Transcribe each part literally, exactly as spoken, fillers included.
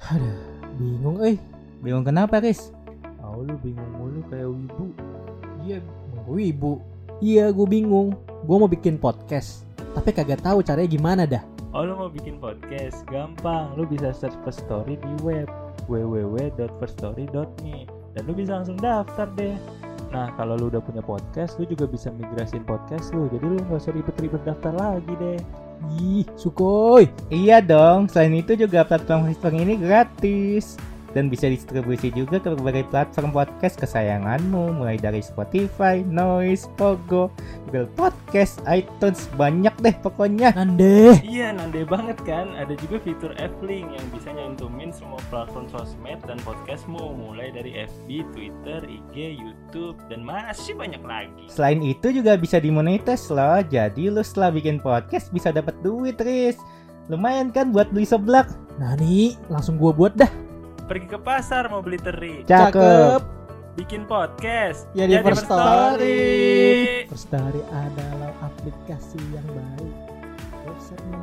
Aduh, bingung eh. Bingung kenapa, Riz? Oh, lu bingung mulu kayak wibu. Iya, wibu. Iya, gue bingung. Gue mau bikin podcast, tapi kagak tahu caranya gimana dah. Oh, lu mau bikin podcast? Gampang. Lu bisa search First Story di web w w w dot first story dot me dan lu bisa langsung daftar deh. Nah, kalau lu udah punya podcast, lu juga bisa migrasin podcast lu. Jadi lu gak usah ribet-ribet daftar lagi deh. Ih, Sukoy. Iya dong, selain itu juga platform hosting ini gratis dan bisa distribusi juga ke berbagai platform podcast kesayanganmu, mulai dari Spotify, Noise, Pogo, Google Podcast, iTunes, banyak deh pokoknya. Nande. Iya, nande banget kan. Ada juga fitur F-Link yang bisa nyantumin semua platform sosmed dan podcastmu, mulai dari F B, Twitter, I G, YouTube, dan masih banyak lagi. Selain itu juga bisa dimonetize loh, jadi lu setelah bikin podcast bisa dapat duit, Riz. Lumayan kan buat beli seblak. Nah nih, langsung gua buat dah. Pergi ke pasar mau beli teri, Cakep. bikin podcast Ya di jadi First Story. Story. First Story adalah aplikasi yang baik. Website yang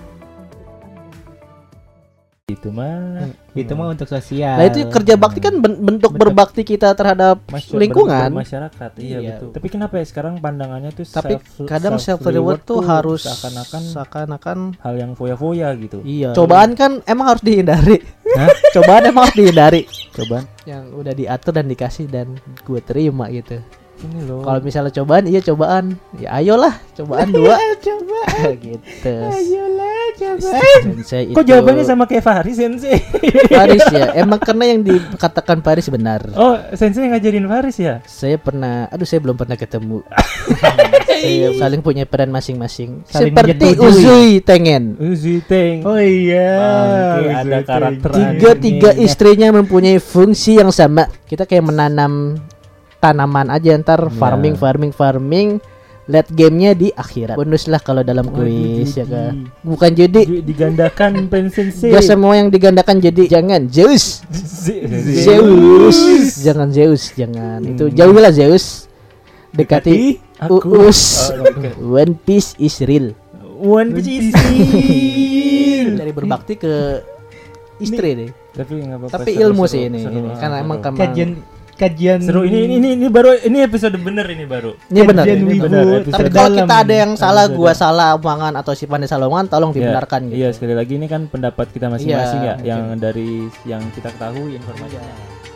Itu mah Itu mah untuk sosial. Nah itu kerja bakti kan ben- bentuk berbakti kita terhadap Masya- lingkungan. ber- masyarakat. Iya, Iya. betul. Tapi kenapa ya sekarang pandangannya tuh Tapi self- kadang self self-reward reward tuh harus seakan-akan seakan-akan hal yang foya-foya gitu. iya. Cobaan kan emang harus dihindari. Hah? Cobaan emang harus dihindari. Cobaan Yang udah diatur dan dikasih dan gue terima gitu. ini loh. Kalau misalnya cobaan, iya cobaan. Ya ayolah, cobaan dua. coba. gitu. Ayolah coba. Sensei itu. Kok jawabannya sama kayak Faris Sensei? Faris ya. Emang karena yang dikatakan Faris benar. Oh, Sensei ngajarin Faris ya? Saya pernah, aduh saya belum pernah ketemu. Saya saling punya peran masing-masing. Saling Seperti menyetujui. Uzui Tengen. Uzi Teng. Oh iya. Bangke, ada karakter Tiga-tiga animenya. istrinya mempunyai fungsi yang sama. Kita kayak menanam tanaman aja, ntar Ya. farming, farming, farming. Late gamenya di akhirat. Bonus lah kalau dalam Waduh, kuis ya judi. kan. Bukan judi. Ju- digandakan pen Sensei. Gak semua yang digandakan jadi. Jangan Zeus. Z- Zeus. Jangan Zeus, jangan. Itu jauhilah Zeus. Dekati aku. Uus. Oh, oke. One Piece is real. One Piece. Dari berbakti ke istri deh. Tapi nggak apa-apa. Tapi seru, ilmu seru, sih ini, seru. ini. Ah, Karena seru. emang kemang. Kajian kajian Seru ini ini ini ini baru ini episode bener ini baru. Ini benar. kajian Ini wibu benar. episode Tapi kalau terdalam kita ada ini. yang salah, Episode. gua salah omongan atau si Pandai salah omongan, tolong dibenarkan Iya, gitu. Iya, sekali lagi ini kan pendapat kita masing-masing Iya, ya, mungkin. yang dari yang kita ketahui informasinya.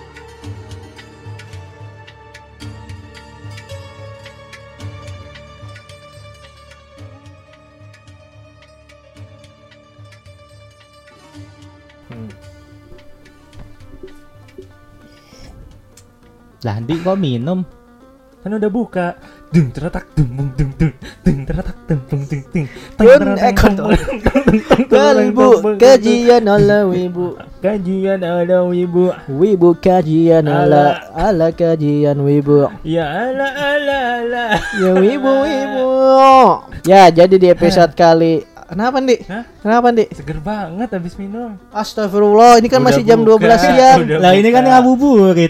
Lah, Di kok minum? Kan udah buka. Dung teretak dung dung dung dung dung teretak dung dung dung dung. Kun ekor kalbu kajian ala wibu. Kajian ada wibu. Wibu kajian ala ala kajian wibu. Ya ala ala ala. Ya wibu wibu. Ya, jadi di episode kali kenapa, Dik? Hah? Kenapa, Dik? Seger banget habis minum. Astagfirullah, ini kan Udah masih jam buka, dua belas siang. udah Lah ini kan buka. ngabuburit.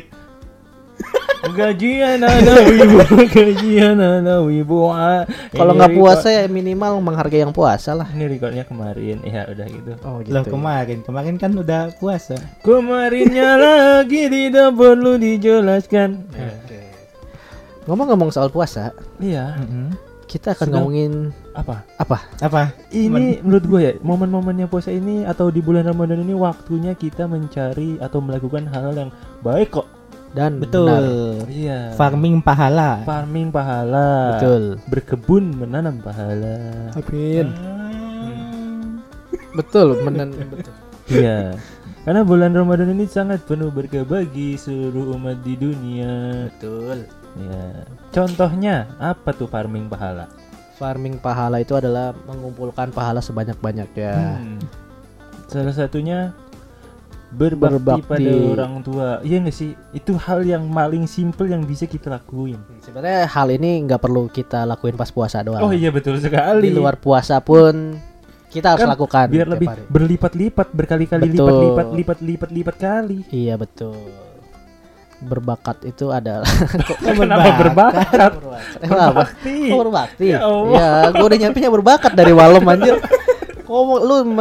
Gajian ada wibu, gajian ada wibu. Ah, Kalau ini nggak record- puasa ya minimal menghargai yang puasa lah. Ini recordnya kemarin, ya udah gitu. Oh Loh kemarin, kemarin kan udah puasa. Kemarinnya lagi tidak perlu dijelaskan. Ngomong-ngomong soal puasa, Iya. kita akan Sedang- ngomongin Apa? apa? Apa? Ini menurut gue ya, momen-momennya puasa ini atau di bulan Ramadan ini waktunya kita mencari atau melakukan hal yang baik kok. Dan Betul. benar. Iya. Farming pahala. Farming pahala. Betul. Berkebun menanam pahala. Amin. Hmm. Betul, menen betul. Iya. Karena bulan Ramadan ini sangat penuh berkah bagi seluruh umat di dunia. Betul. Ya. Contohnya apa tuh farming pahala? Farming pahala itu adalah mengumpulkan pahala sebanyak-banyaknya. Hmm. Salah satunya berbakti, Berbakti. pada orang tua. Iya nggak sih? Itu hal yang paling simple yang bisa kita lakuin. Sebenarnya hal ini nggak perlu kita lakuin pas puasa doang. Oh iya betul sekali. Di luar puasa pun kita harus Kan lakukan biar tiap lebih hari. berlipat-lipat, berkali-kali Betul. lipat-lipat, lipat-lipat-lipat kali. Iya betul. Berbakat itu adalah Kenapa berbakat? Emang apa? Berbakti. Oh, berbakti. Ya Allah. Ya, gue udah nyampe berbakat dari malam anjir. Kok lu me-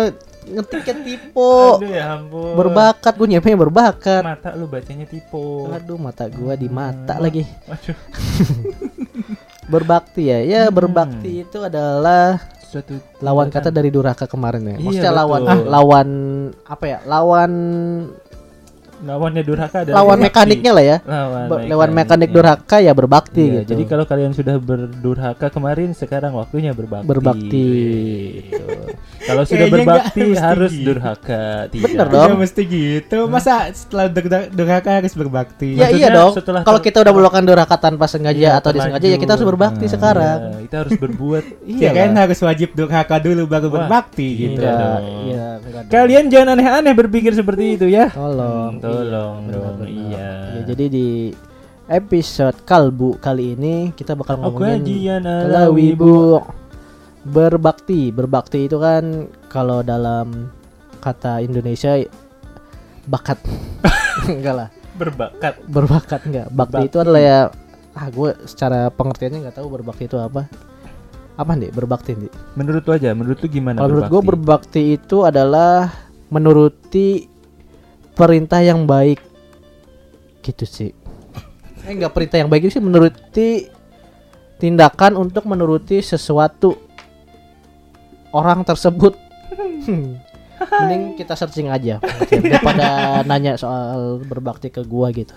ngetiknya tipe. Aduh ya ampun. Berbakat, gue nyampe berbakat. Mata lu bacanya tipe. Aduh, mata gua di mata Hmm. lagi. Waduh. Berbakti ya. Ya, berbakti itu adalah Suatu lawan kata dari durhaka kemarin ya. Iya, Maksudnya betul. lawan lawan apa ya? Lawan lawannya durhaka adalah lawan berbakti. mekaniknya lah ya. Lawan, Ba- Lawan mekanik ya. durhaka ya berbakti Iya, gitu. jadi kalau kalian sudah berdurhaka kemarin, sekarang waktunya berbakti. Berbakti. Gitu. Kalau sudah Kayaknya berbakti nggak mesti harus gitu. durhaka. Tidak. Bener dong. Nggak mesti gitu. Masa setelah dur- durhaka harus berbakti? Ya Maksudnya iya dong. setelah Kalau ter- kita udah melakukan durhaka tanpa sengaja Iya, atau disengaja ya kita harus terlanjur. berbakti Hmm, sekarang. Iya, kita harus berbuat. Iya kan harus wajib durhaka dulu baru Wah, berbakti gitu. iya. Enggak, dong. iya, enggak dong. Kalian jangan aneh-aneh berpikir seperti itu ya. Tolong. Hmm, tolong Iya, dong. benar-benar. Iya. Ya, jadi di episode Kalbu kali ini kita bakal Aku ngomongin ajian ala kalau wibu. wibu berbakti. Berbakti itu kan kalau dalam kata Indonesia bakat. Enggak lah. Berbakat. Berbakat enggak. Bakti Berbakti. itu adalah ya ah gue secara pengertiannya nggak tahu berbakti itu apa. Apa nih berbakti nih? Menurut lu aja, menurut lu gimana? Kalau menurut gue berbakti? berbakti itu adalah menuruti perintah yang baik gitu sih. Eh enggak, perintah yang baik itu sih menuruti tindakan untuk menuruti sesuatu orang tersebut. Hmm. Mending kita searching aja daripada nanya soal berbakti ke gua gitu.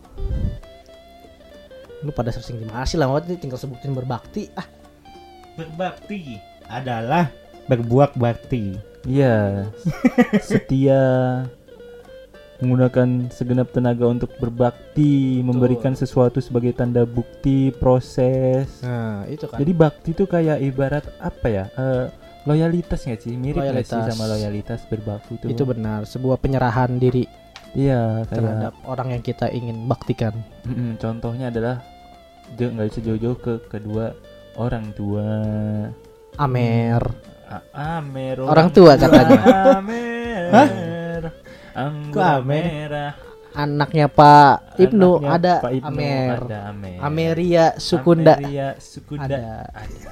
Lu pada searching di mana sih lah, tinggal sebutin berbakti. Ah, Berbakti adalah berbuat bakti. Iya. Setia, menggunakan segenap tenaga untuk berbakti, memberikan sesuatu sebagai tanda bukti proses. nah itu kan. Jadi bakti itu kayak ibarat apa ya? Eh, loyalitas nggak sih? Mirip nggak sih Loyalitas. sama loyalitas berbakti itu? Itu benar, sebuah penyerahan diri Iya, terhadap kayak orang yang kita ingin baktikan. Mm-mm, contohnya adalah dia nggak bisa jauh-jauh ke kedua orang tua. Amer. A- Amer Orang tua katanya. Amer. Anggur Kok Amer? merah. Anaknya Pak Ibnu Anaknya ada Pak Ibnu, Amer. ada Amer. Ameria Sukunda. Ameria Sukunda. Ada. Ada.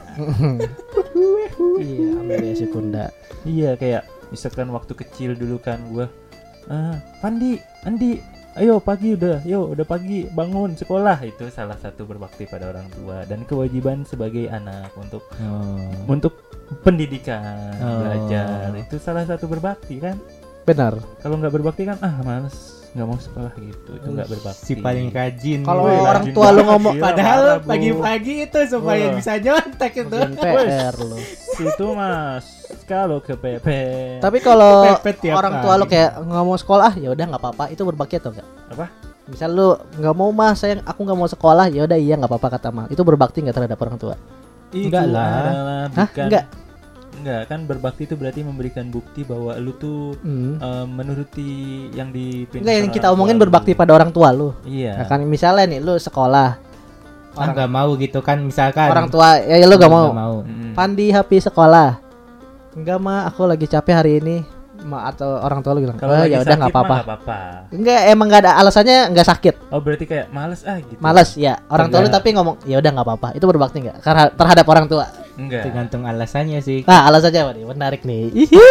Iya, Ameria Sukunda. Iya, kayak misalkan waktu kecil dulu kan gua ah, Pandi, Andi, ayo pagi udah, yo udah pagi, bangun sekolah. Itu salah satu berbakti pada orang tua dan kewajiban sebagai anak untuk untuk pendidikan, Oh. belajar. Itu salah satu berbakti kan. Benar. Kalau nggak berbakti kan ah males, nggak mau sekolah gitu. Itu nggak berbakti. Si paling rajin. Kalau Wih, orang rajin tua lu banget, ngomong gila, Padahal parah, Bu. pagi-pagi itu supaya Wah. bisa nyontek itu. Ngerjain P R lu. Itu mas kalau ke P P. Tapi kalau Kepepet tiap orang tua hari. lu kayak nggak mau sekolah, ya udah nggak apa-apa. Itu berbakti atau enggak? Apa? Misal lu nggak mau mah, sayang aku nggak mau sekolah, ya udah iya nggak apa-apa kata mah. Itu berbakti nggak terhadap orang tua? Itu Enggak lah. adalah Hah? bukan. Enggak. Enggak, kan berbakti itu berarti memberikan bukti bahwa lu tuh Hmm. eh, menuruti yang diperintahkan. Enggak, yang kita orang omongin tua lu. berbakti pada orang tua lu. Iya. Nah, kan misalnya nih lu sekolah, Orang nggak mau gitu kan misalkan. orang tua ya, ya lu gak mau. Nggak mau. Mm-mm. Pandi happy sekolah. Enggak mah, aku lagi capek hari ini. Ma atau orang tua lu bilang, Kalau "Oh, lagi ya udah sakit nggak mah apa-apa." nggak apa-apa. Enggak, emang nggak ada alasannya, nggak sakit. Oh, berarti kayak males ah gitu. Males ya. Orang tua lu Enggak. tapi ngomong, "Ya udah nggak apa-apa." Itu berbakti enggak? Karena terhadap orang tua. Enggak. Tergantung alasannya sih. Nah, alasannya apa nih? Menarik nih.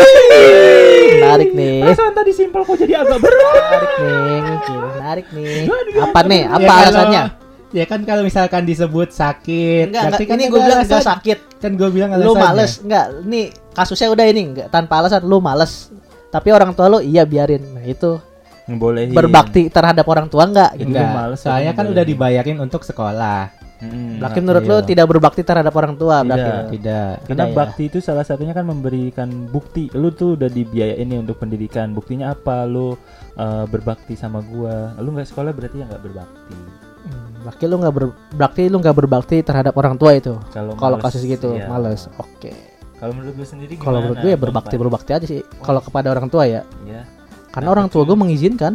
Menarik nih. Perasaan tadi simpel kok jadi agak berat. Menarik nih. Oke, menarik nih. Apa nih? Apa Ya kalau- alasannya? Ya kan kalau misalkan disebut sakit, Enggak, berarti enggak. kan Ini ada gue bilang alasan. enggak sakit. Kan gue bilang alasannya. Lu males. Enggak, ini kasusnya udah ini enggak tanpa alasan lu males. Tapi orang tua lu iya biarin. Nah, itu Ngebolehin. berbakti terhadap orang tua enggak gitu. Enggak, males, soalnya tapi kan boleh. udah dibayarin untuk sekolah. Mm-mm. Berarti menurut lu Iya. tidak berbakti terhadap orang tua Tidak. berarti. Tidak. Karena Tidak ya. bakti itu salah satunya kan memberikan bukti. Lu tuh udah dibiayain nih untuk pendidikan. Buktinya apa? Lu uh, berbakti sama gua. Lu nggak sekolah berarti ya nggak berbakti. Hmm, berarti lu enggak berbakti, lu enggak berbakti terhadap orang tua itu. Kalau Kalau males, kasus gitu, iya. males. Oke. Kalau menurut gue sendiri gimana? Kalau menurut gue ya Bang berbakti Pan? berbakti aja sih. Kalau kepada orang tua ya. Ya. Karena Nah, orang tua gue mengizinkan.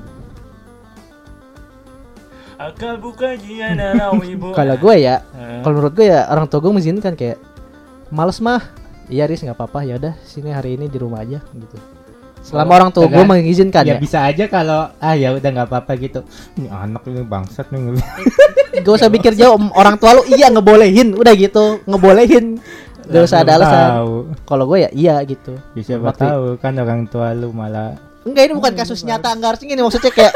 Akal buka jian ala wibu. Kalau gue ya, Eh, kalau menurut gue ya orang tua gue mengizinkan kayak males mah. Iya Riz nggak apa-apa, ya udah sini hari ini di rumah aja gitu. Selama Oh, orang tua gue enggak. mengizinkan Ya ya. bisa aja kalau ah ya udah nggak apa-apa gitu. Ini anak ini bangsat nih. Gak usah pikir jauh, orang tua lu iya ngebolehin, udah gitu ngebolehin. Gak usah ada Belum alasan. tahu. Kalau gue ya iya gitu. Ya, siapa Berbakti. tahu kan orang tua lu malah Enggak, ini bukan kasus nyata enggak harusnya ini maksudnya kayak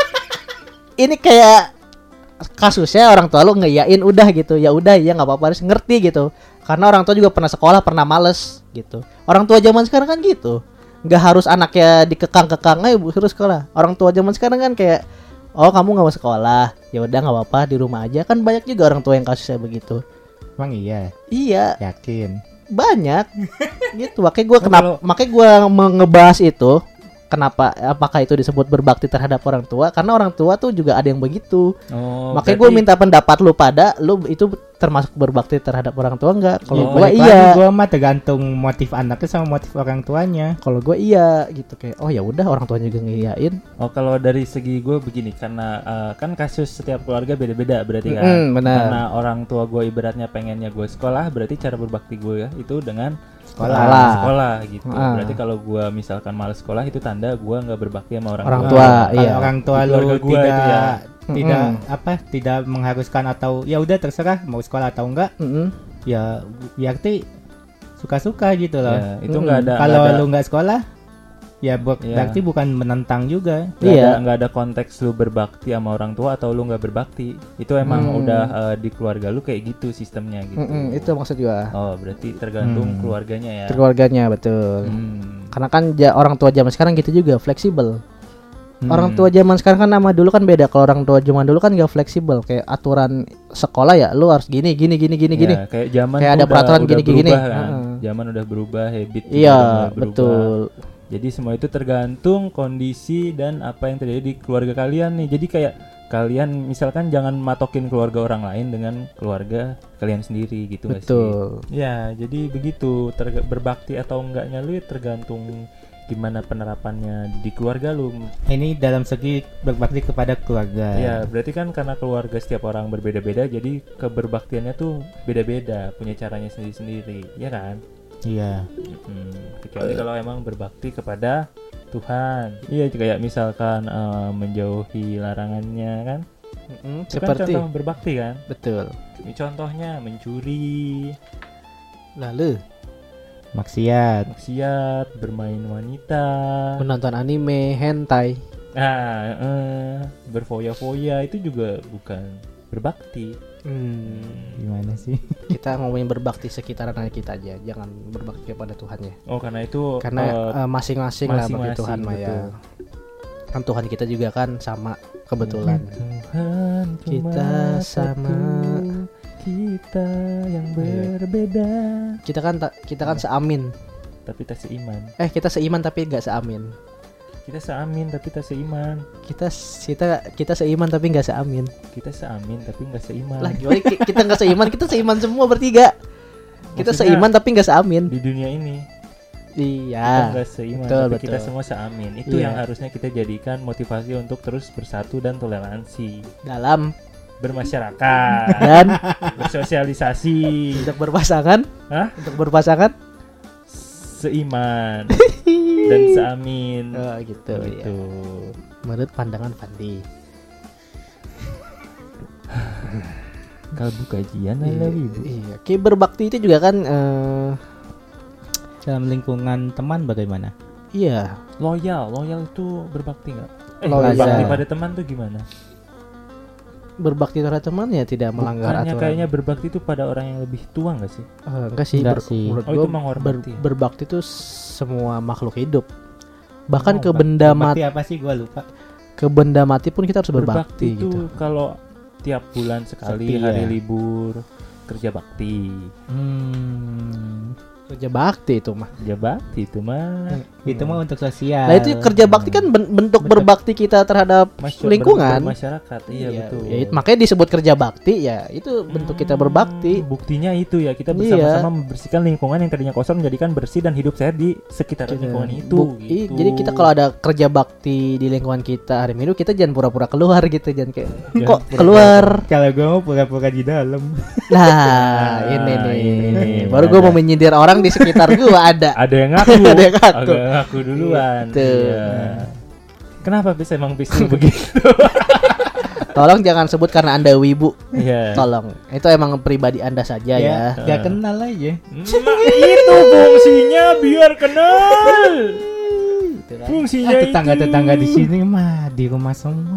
ini kayak kasusnya orang tua lu ngeiyain udah gitu. Ya udah ya enggak apa-apa harus ngerti gitu. Karena orang tua juga pernah sekolah, pernah males gitu. Orang tua zaman sekarang kan gitu. Enggak harus anaknya dikekang-kekang ayo suruh sekolah. Orang tua zaman sekarang kan kayak oh kamu enggak mau sekolah. Ya udah enggak apa-apa di rumah aja. Kan banyak juga orang tua yang kasusnya begitu. emang iya, Iya, yakin. banyak gitu. Makanya gue Oh, kenapa kalau- makanya gue ngebahas itu. Kenapa apakah itu disebut berbakti terhadap orang tua? Karena orang tua tuh juga ada yang begitu. Oh, Makanya gue minta pendapat lu pada lu itu termasuk berbakti terhadap orang tua enggak? Kalau Ya, gue balik lagi, iya. gua mah tergantung motif anaknya sama motif orang tuanya. Kalau gue iya gitu kayak oh ya udah orang tuanya juga ngiyain. Oh, kalau dari segi gue begini, karena uh, kan kasus setiap keluarga beda-beda berarti kan. Mm, benar. Karena orang tua gue ibaratnya pengennya gue sekolah, berarti cara berbakti gue ya itu dengan Sekolah. Sekolah. sekolah gitu. Ah. Berarti kalau gue misalkan males sekolah itu tanda gue nggak berbakti sama orang, Orang tua. tua, Kalau iya. orang tua Di lu keluarga gua tidak itu ya. tidak Mm-mm. apa tidak mengharuskan atau ya udah terserah mau sekolah atau enggak, Mm-mm. ya berarti suka-suka gitu loh. Ya, itu Mm-mm. nggak ada Kalau nggak ada- lu nggak sekolah ya ber- Iya. berarti bukan menentang juga. nggak Iya. ada, nggak ada konteks lu berbakti sama orang tua atau lu nggak berbakti. Itu emang Hmm. udah uh, di keluarga lu kayak gitu sistemnya gitu. Mm-mm, itu maksud gue. Oh, berarti tergantung Hmm. keluarganya ya. Keluarganya betul. Hmm. Karena kan ja- orang tua zaman sekarang gitu juga fleksibel. Hmm. Orang tua zaman sekarang kan sama dulu kan beda. Kalau orang tua zaman dulu kan gak fleksibel. Kayak aturan sekolah ya lu harus gini gini gini gini gini. Ya, kayak zaman Kayak tuh ada udah- peraturan udah gini, gini. berubah kan. Heeh. Zaman udah berubah, habit juga Iya, udah mulai berubah. betul. Jadi semua itu tergantung kondisi dan apa yang terjadi di keluarga kalian nih. Jadi kayak kalian misalkan jangan matokin keluarga orang lain dengan keluarga kalian sendiri gitu nggak sih? Betul. Ya, jadi begitu. Terga- berbakti atau enggaknya lu ya tergantung gimana penerapannya di keluarga lu. Ini dalam segi berbakti kepada keluarga. Ya, berarti kan karena keluarga setiap orang berbeda-beda, jadi keberbaktiannya tuh beda-beda, punya caranya sendiri-sendiri, ya kan? Iya. Hmm, kecuali kalau emang berbakti kepada Tuhan. Iya, kayak misalkan eh, menjauhi larangannya kan? Mm-mm, Itu kan seperti contoh berbakti kan? betul. Ini contohnya mencuri, Lalu Maksiat. maksiat, bermain wanita, menonton anime, hentai. nah, eh, berfoya-foya itu juga bukan berbakti. Hmm, Gimana sih? kita ngomongin berbakti sekitaran kita aja, jangan berbakti kepada Tuhannya. Oh, karena itu Karena eh, eh, masing-masing lah bagi masing-masing, Tuhan mah ya. betul. Kan Tuhan kita juga kan sama kebetulan. Tuhan Kita cuma sama. satu, kita yang Iya. berbeda, Kita kan tak kita kan seamin. tapi tak seiman. Eh kita seiman tapi nggak seamin. Kita seamin tapi tak seiman. Kita kita kita seiman tapi nggak seamin. Kita seamin tapi nggak seiman. Lah gimana ki- kita nggak seiman, kita seiman semua bertiga. Kita Maksudnya, seiman tapi nggak seamin. di dunia ini kita Iya. nggak seiman, betul, tapi kita betul. semua seamin. Itu Iya. yang harusnya kita jadikan motivasi untuk terus bersatu dan toleransi, Dalam bermasyarakat, dan bersosialisasi, untuk berpasangan, Hah? untuk berpasangan. seiman dan seamin. Oh, gitu. Gitu. Ya. Menurut pandangan Fandi. Kalbu kajian Iya, ala ibu. iya. Kayak berbakti itu juga kan eh, Dalam lingkungan teman bagaimana? iya, Loyal, loyal itu berbakti nggak? Eh, Loyal. berbakti pada teman tuh gimana? berbakti terhadap teman ya tidak melanggar Bukannya aturan. kayaknya berbakti itu pada orang yang lebih tua nggak sih? Eh, enggak sih, Enggak ber- sih. menurut Oh, gua itu menghormati ya? berbakti itu semua makhluk hidup. Bahkan Oh, ke bak- benda mati, berbakti apa sih gua lupa. ke benda mati pun kita harus Berbakti berbakti itu gitu. kalau tiap bulan sekali Setia. hari libur kerja bakti. Hmm. Kerja bakti itu mah. Kerja bakti itu mah Itu mah untuk sosial. Nah, itu kerja bakti kan ben- bentuk Bentuk- berbakti kita terhadap Masya- lingkungan. masyarakat. Iya, betul. Ya, it- makanya disebut kerja bakti ya. Itu bentuk kita Hmm, berbakti. Buktinya itu ya, kita Iya. bersama-sama membersihkan lingkungan yang tadinya kosong menjadikan bersih dan hidup sehat di sekitar lingkungan itu. Bu- i- gitu. Jadi kita kalau ada kerja bakti di lingkungan kita hari Minggu, kita jangan pura-pura keluar gitu, jangan kayak Jangan kok pura-pura keluar. Kalau gua mau pura-pura di dalam. Nah, ini nih. ini nih, Baru gue ada. mau menyindir orang di sekitar gue ada. Ada yang ngaku, Ada yang ngaku. Ada yang ngaku duluan. Gitu. Iya. Kenapa bis emang bis lu begitu? Tolong jangan sebut karena Anda wibu. Iya. Tolong. Itu emang pribadi Anda saja ya. Ya, gak kenal aja. Nah, itu fungsinya biar kenal. Gitu kan. Fungsinya Ah, tetangga-tetangga itu. di sini mah di rumah semua.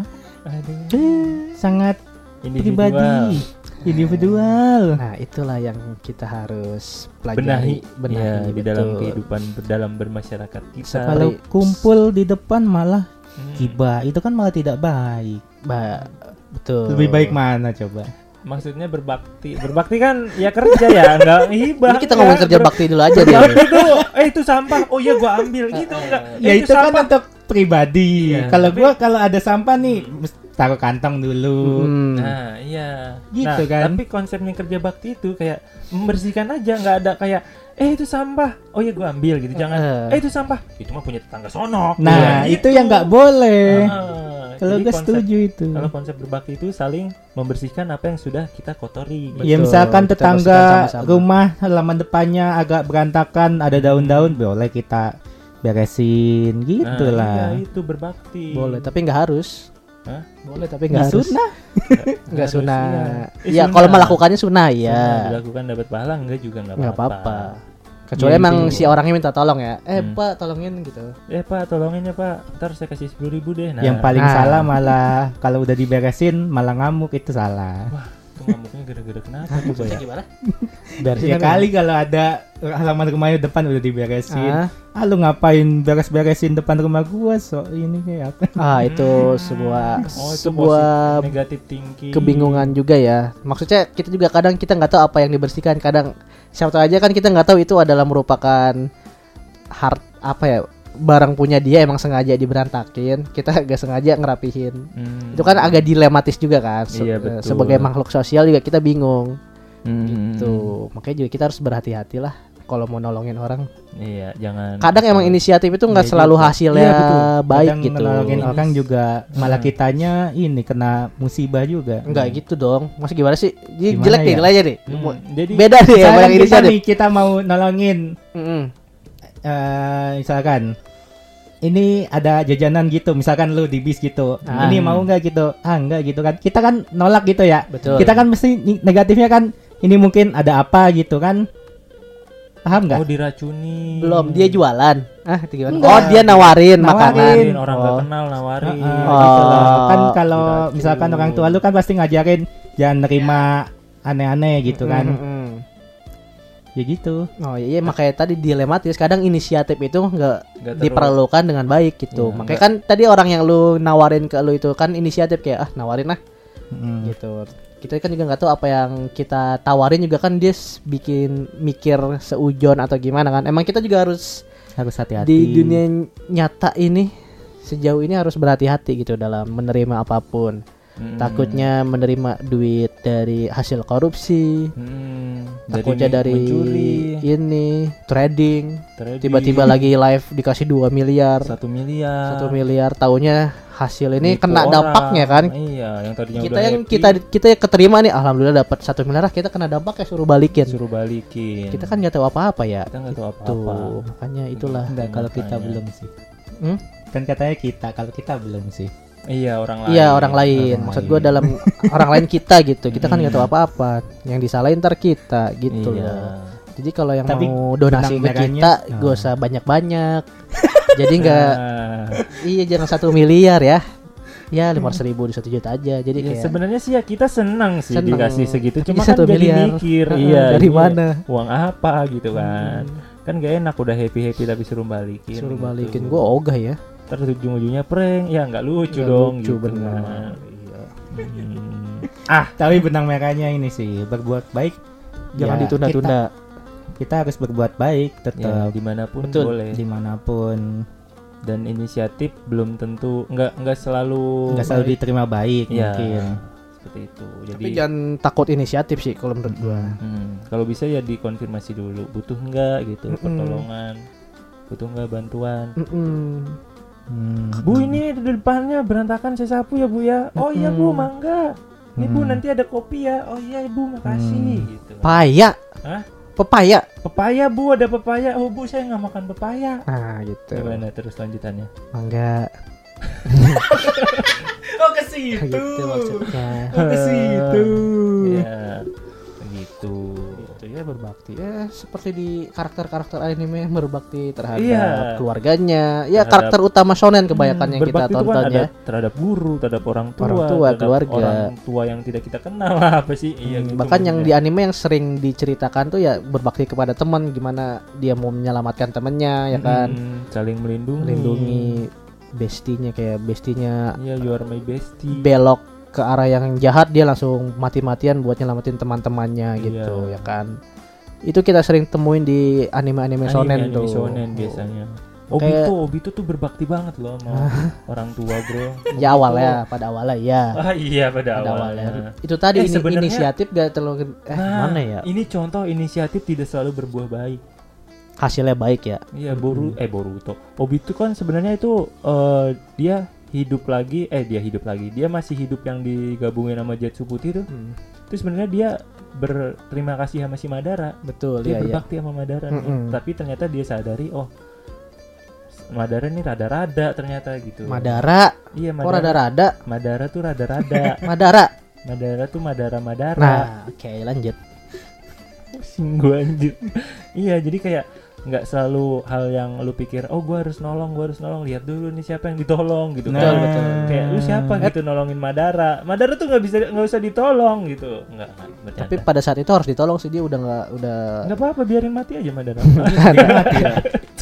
Aduh. Sangat Individual. pribadi, individual. Nah, itulah yang kita harus Benahi, pelajari, benahi ya, di dalam betul. kehidupan ber- dalam bermasyarakat kita. Kalau kumpul di depan malah Hmm. gibah, itu kan malah tidak baik. Ba- betul. Lebih baik mana coba? Maksudnya berbakti. Berbakti kan ya kerja ya, enggak hibah. Ini kita ngomongin kerja bakti dulu aja deh. Berbakti itu, eh itu sampah. Oh iya gua ambil gitu enggak. Ya Eh, itu kan sampah. untuk pribadi. Iya, Kalau tapi- gua kalau ada sampah nih mesti taruh kantong dulu. Hmm. Nah, iya. Gitu Nah, kan. Tapi konsepnya kerja bakti itu kayak membersihkan aja, nggak ada kayak eh itu sampah. Oh iya gua ambil gitu. Jangan Eh. eh itu sampah. Itu mah punya tetangga sono. Nah, Ya, itu gitu. yang nggak boleh. Ah, Kalau jadi gue konsep- setuju itu. Kalau konsep berbakti itu saling membersihkan apa yang sudah kita kotori. Ya Betul, misalkan kita tetangga bersihkan sama-sama. rumah halaman depannya agak berantakan, ada daun-daun, boleh kita beresin gitu Nah, lah. iya, itu berbakti. Boleh, tapi nggak harus. Hah? Boleh, tapi Nggak nggak harus. sunnah. Nggak Harus, sunnah. iya. Eh, Ya, sunnah. kalau melakukannya sunnah Sunnah, ya. dilakukan dapat pahala enggak juga enggak Nggak apa-apa. apa-apa. Kecuali Ya, emang itu. si orangnya minta tolong ya. Eh, Hmm. Pak, tolongin gitu. Eh Pak, tolongin ya Pak. Ntar saya kasih sepuluh ribu deh. Nah, Yang paling Nah. salah malah kalau udah diberesin malah ngamuk, itu salah. itu ngamuknya gara-gara kenapa coba ya? Gimana? Ya kali kalau ada halaman rumahnya depan udah diberesin. Ah, Ah lu ngapain beres-beresin depan rumah gua? So ini kayak apa? ah, itu sebuah Oh, itu sebuah positif, negatif thinking. kebingungan juga ya. Maksudnya kita juga kadang kita nggak tahu apa yang dibersihkan. Kadang siapa tahu aja kan kita nggak tahu itu adalah merupakan hard apa ya, barang punya dia emang sengaja diberantakin. Kita gak sengaja ngerapihin. Hmm. Itu kan agak dilematis juga kan. Se- Iya, betul. Sebagai makhluk sosial juga kita bingung. Hmm. Gitu. Makanya juga kita harus berhati-hati lah kalau mau nolongin orang. Iya, jangan. Kadang emang inisiatif itu nggak Iya selalu juga. hasilnya Iya, betul. baik Kadang gitu. nolongin orang juga malah Hmm. kitanya ini kena musibah juga. Enggak gitu dong. Maksud gimana sih? J- Gimana Jelek deh ya? nilainya deh. Hmm, Jadi Beda deh sama Misalkan yang kita inisiatif. nih kita mau nolongin Mm-mm. eh misalkan ini ada jajanan gitu, misalkan lu di bis gitu, Ah. ini mau nggak gitu, ah nggak gitu kan, kita kan nolak gitu ya, Betul. kita kan mesti ni- negatifnya kan, ini mungkin ada apa gitu kan, paham nggak? oh diracuni. Belum, dia jualan. Ah, itu gimana? Enggak. Oh, dia nawarin, Nawarin. makanan. Nawarin, orang nggak Oh. kenal nawarin. Heeh, Oh. gitu loh. Kan kalau Diracun. misalkan orang tua lu kan pasti ngajarin jangan nerima aneh-aneh gitu kan, Mm-mm. ya gitu. Oh iya, iya, makanya tadi dilematis. Kadang inisiatif itu nggak Nggak terlalu- diperlukan dengan baik gitu. Iya, makanya kan tadi orang yang lu nawarin ke lu itu kan inisiatif kayak ah nawarin lah Mm. gitu. Kita kan juga nggak tahu apa yang kita tawarin juga kan dia s- bikin mikir seujon atau gimana kan. Emang kita juga harus Harus hati-hati. di dunia nyata ini sejauh ini harus berhati-hati gitu dalam menerima apapun. Hmm. Takutnya menerima duit dari hasil korupsi, Hmm. takutnya Jadi dari mencuri, ini trading, trading, tiba-tiba lagi live dikasih dua miliar, satu miliar. satu miliar, taunya hasil ini Nipu kena orang. dampaknya kan. Iya, yang tadinya Kita udah yang happy, kita kita yang keterima nih, alhamdulillah dapat satu miliar, kita kena dampaknya suruh balikin. suruh balikin. Kita kan nggak tahu apa-apa ya. kita nggak tahu Tuh, apa-apa. makanya itulah. Enggak, kalau kita Makanya. belum sih. Hmm? Kan katanya kita, kalau kita belum sih. Iya, orang lain. Iya orang lain. Orang Maksud lain. gue dalam orang lain kita gitu. Kita kan nggak tahu apa-apa. Yang disalahin ntar kita gitu Iya. loh. Jadi kalau yang Tapi mau donasi ke benang merahnya, kita, oh. gak usah banyak-banyak. Jadi nggak, Nah, iya jangan satu miliar ya. Ya lima ratus ribu di satu juta aja. Jadi ya, kayak sebenarnya sih ya kita senang sih Seneng. dikasih segitu. Tapi Cuma satu kan jadi miliar. mikir, Heeh, iya. dari ini mana? Uang apa gitu kan? Kan gak enak udah happy happy tapi suruh balikin. suruh gitu. balikin. Gue ogah ya. Terus ujung-ujungnya prank, ya nggak lucu Nggak dong. lucu, gitu benar. kan. Iya. Hmm. Ah, tapi benang merahnya ini sih, berbuat baik. Jangan ya, ditunda-tunda. Kita, kita harus berbuat baik Ya, tetap dimanapun Betul. boleh. dimanapun, Dan inisiatif belum tentu nggak nggak selalu nggak selalu diterima baik Iya. mungkin. seperti itu. Jadi Tapi jangan takut inisiatif sih kalau menurut gue. hmm, kalau bisa ya dikonfirmasi dulu butuh nggak gitu Mm-mm. pertolongan, butuh nggak bantuan. Mm-mm. Hmm. Bu ini di depannya berantakan, saya sapu ya Bu ya. Oh iya Bu, Mm-mm. mangga. Ini Bu Mm. nanti ada kopi ya. Oh iya Bu, makasih Mm. gitu. Pepaya. Hah? Pepaya. Pepaya Bu, ada pepaya. Oh Bu, saya nggak makan pepaya. Nah gitu. Gimana terus lanjutannya? Mangga. Oh, ke situ. Gitu maksudnya. Oh, ke situ. Ya, gitu. Itu ya berbakti. Ya seperti di karakter-karakter anime berbakti terhadap Iya. keluarganya. Ya Terhadap- karakter utama shonen kebanyakan yang kita Berbakti itu tonton kan ada ya. terhadap guru, terhadap orang tua, Orang tua, terhadap keluarga. orang tua yang tidak kita kenal lah apa sih? Iya, Hmm, gitu bahkan yang di maksudnya. anime yang sering diceritakan tuh ya berbakti kepada teman, gimana dia mau menyelamatkan temannya ya kan, Mm-mm, saling melindungi. melindungi bestinya, kayak bestinya Iya, you are my bestie. belok ke arah yang jahat dia langsung mati-matian buat nyelamatin teman-temannya gitu Iya. ya kan. Itu kita sering temuin di anime-anime shonen Anime tuh. shonen biasanya. Kayak- Obito, Obito tuh berbakti banget loh sama orang tua, bro. Ya Obito- awalnya, pada awalnya ya. Ah iya pada, Pada awalnya. awalnya. Itu tadi Eh, ini sebenarnya- inisiatif gak terlalu eh Nah, mana ya? Ini contoh inisiatif tidak selalu berbuah baik. Hasilnya baik ya. Iya, Boru eh Boruto. Obito kan sebenarnya itu eh, dia hidup lagi, eh dia hidup lagi. Dia masih hidup yang digabungin sama Zetsu Putih tuh. Hmm. Itu sebenarnya dia berterima kasih sama si Madara. Betul Dia ya ya. berbakti sama Madara nih. Mm-mm. Tapi ternyata dia sadari, oh Madara nih rada-rada ternyata gitu. Madara. Iya, Kok Madara. rada-rada? Madara tuh rada-rada. Madara. Madara tuh Madara-Madara. Nah, oke lanjut. Pusing gua anjir. Iya, jadi kayak nggak selalu hal yang lu pikir, oh gua harus nolong, gua harus nolong. Lihat dulu nih siapa yang ditolong gitu. Nah, Kayak- betul. Kayak lu siapa gitu nolongin Madara. Madara tuh nggak bisa nggak usah ditolong gitu. Nggak, nggak bercanda. Tapi pada saat itu harus ditolong sih, dia udah nggak udah nggak apa-apa, biarin mati aja Madara. Dia mati ya.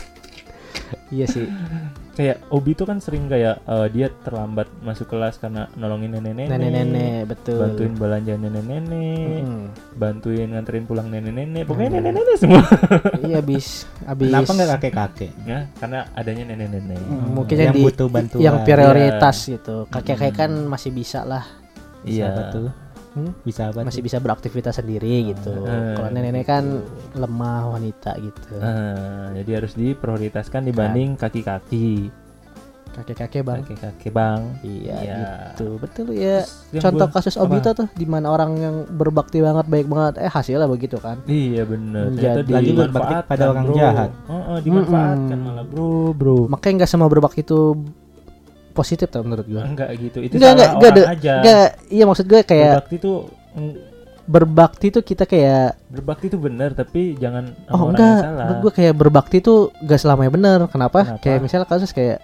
iya sih. Kayak Obito kan sering kayak eh, dia terlambat masuk kelas karena nolongin nenek-nenek. Nenek-nenek betul. Bantuin belanja nenek-nenek, Mm-mm. bantuin nganterin pulang nenek-nenek. Pokoknya nenek-nenek semua. Iya habis habis Kenapa nggak kakek-kakek? Ya, karena adanya nenek-nenek. mungkin yang yang, di, butuh bantuan. yang prioritas gitu. Kakek-kakek Mm. kan masih bisa lah, Iya. Siapa tuh? Hmm? Bisa apa? masih tuh? bisa beraktivitas sendiri gitu. Eh, Kalau nenek-nenek kan lemah wanita gitu. Nah, jadi harus diprioritaskan dibanding kaki-kaki. Kakek-kakek bang. Kaki-kaki, Bang. Iya Iya. gitu. Betul ya. Terus yang Contoh gua- kasus apa? Obito tuh di mana orang yang berbakti banget, baik banget, eh hasilnya begitu kan. Iya bener. Menjadi- Ternyata Lagi berbakti dimanfaatkan, pada orang bro. jahat. Heeh, dimanfaatkan Mm-mm. malah, bro, bro. Makanya nggak semua berbakti itu positif tuh menurut gua. Enggak gitu. Itu Enggak, salah enggak, enggak, orang ada- aja. Enggak, iya maksud gue kayak Berbakti tuh mm, berbakti tuh kita kayak berbakti tuh bener, tapi jangan sama oh orang enggak, yang salah. menurut gue kayak berbakti tuh gak selamanya benar. Kenapa? Kenapa? Kayak misalnya kasus kayak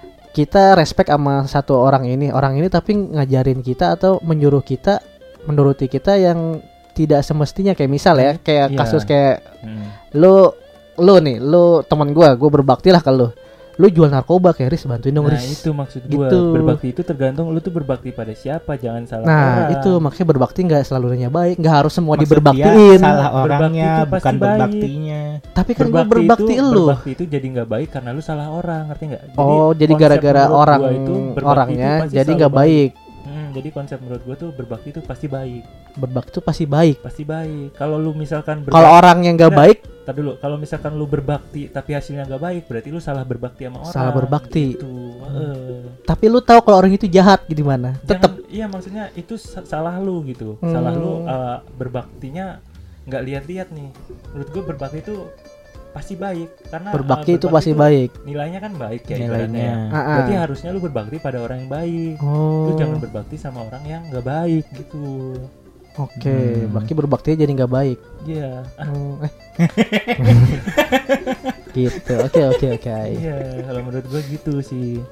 kita respect sama satu orang ini, orang ini tapi ngajarin kita atau menyuruh kita menuruti kita yang tidak semestinya, kayak misal ya, kayak Iya. kasus kayak Hmm. lu lu nih, lu teman gua, gua berbakti lah ke lu. Lu jual narkoba kayak Riz, bantuin dong Nah, Riz. itu maksud gua. Gitu. Berbakti itu tergantung lu tuh berbakti pada siapa, jangan salah Nah, orang. itu makanya berbakti nggak selalunya baik, nggak harus semua Maksud diberbaktiin. dia salah Berbakti orangnya, itu pasti bukan baik. berbaktinya. Tapi kan gua berbakti itu, lu. Berbakti itu jadi nggak baik karena lu salah orang, ngerti nggak? Oh, jadi konsep gara-gara menurut orang gua itu berbakti orangnya itu pasti jadi selalu nggak baik. Hmm, jadi konsep menurut gua tuh berbakti itu pasti baik, Berbakti itu pasti baik. pasti baik. Kalau lu misalkan Kalau orang yang nggak Nggak, baik, Tar dulu, kalau misalkan lu berbakti tapi hasilnya nggak baik, berarti lu salah berbakti sama orang. Salah berbakti. Gitu. Heeh. tapi lu tahu kalau orang itu jahat gimana? Tetap. Jangan- iya maksudnya itu sa- salah lu gitu. Hmm. Salah lu uh, berbaktinya nggak lihat-lihat nih. Menurut gua berbakti itu pasti baik karena uh, Berbakti itu pasti baik. nilainya kan baik ya Nilainya. ibaratnya ya. Ah, ah. Berarti harusnya lu berbakti pada orang yang baik. Oh. Lu jangan berbakti sama orang yang nggak baik gitu. Oke, Hmm. berarti berbakti jadi nggak baik. Iya. Ah, Hmm, eh. gitu. Oke, oke, oke. iya, kalau menurut gua gitu sih.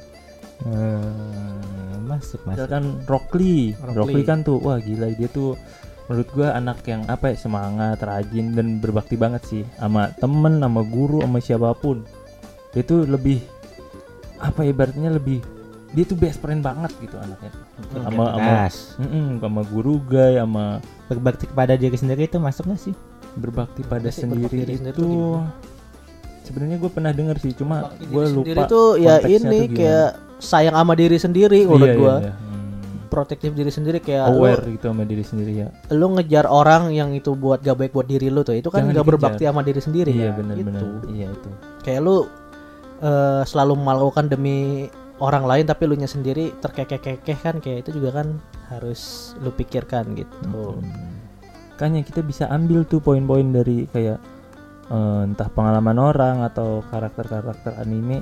Hmm, masuk masuk. Misalkan Rock Lee. Rock Rock Lee. Lee kan tuh wah gila, dia tuh menurut gua anak yang apa ya, semangat, rajin dan berbakti banget sih sama temen, sama guru, sama siapapun. Dia tuh lebih apa ya, ibaratnya lebih dia tuh best friend banget gitu anaknya. Sama sama Gas. mm-mm, sama guru guy, sama Berbakti kepada diri sendiri itu masuk nggak sih? berbakti pada Sih, berbakti sendiri diri sendiri itu tuh gimana? sebenarnya gue pernah denger sih, cuma Berbakti gue diri lupa sendiri tuh ya konteksnya ini tuh gimana. kayak sayang sama diri sendiri menurut Iya, gua. iya, iya. Hmm. Protektif diri sendiri kayak Aware gitu sama diri sendiri ya. lu, lu ngejar orang yang itu buat gak baik buat diri lu tuh. Itu kan Jangan gak dikejar. berbakti sama diri sendiri Iya kan? benar-benar. Gitu. Iya itu. Kayak lu eh, selalu melakukan demi orang lain tapi lu nya sendiri terkekeh-kekeh kan, kayak itu juga kan harus lu pikirkan gitu. Hmm. Makanya kita bisa ambil tuh poin-poin dari kayak eh, entah pengalaman orang atau karakter-karakter anime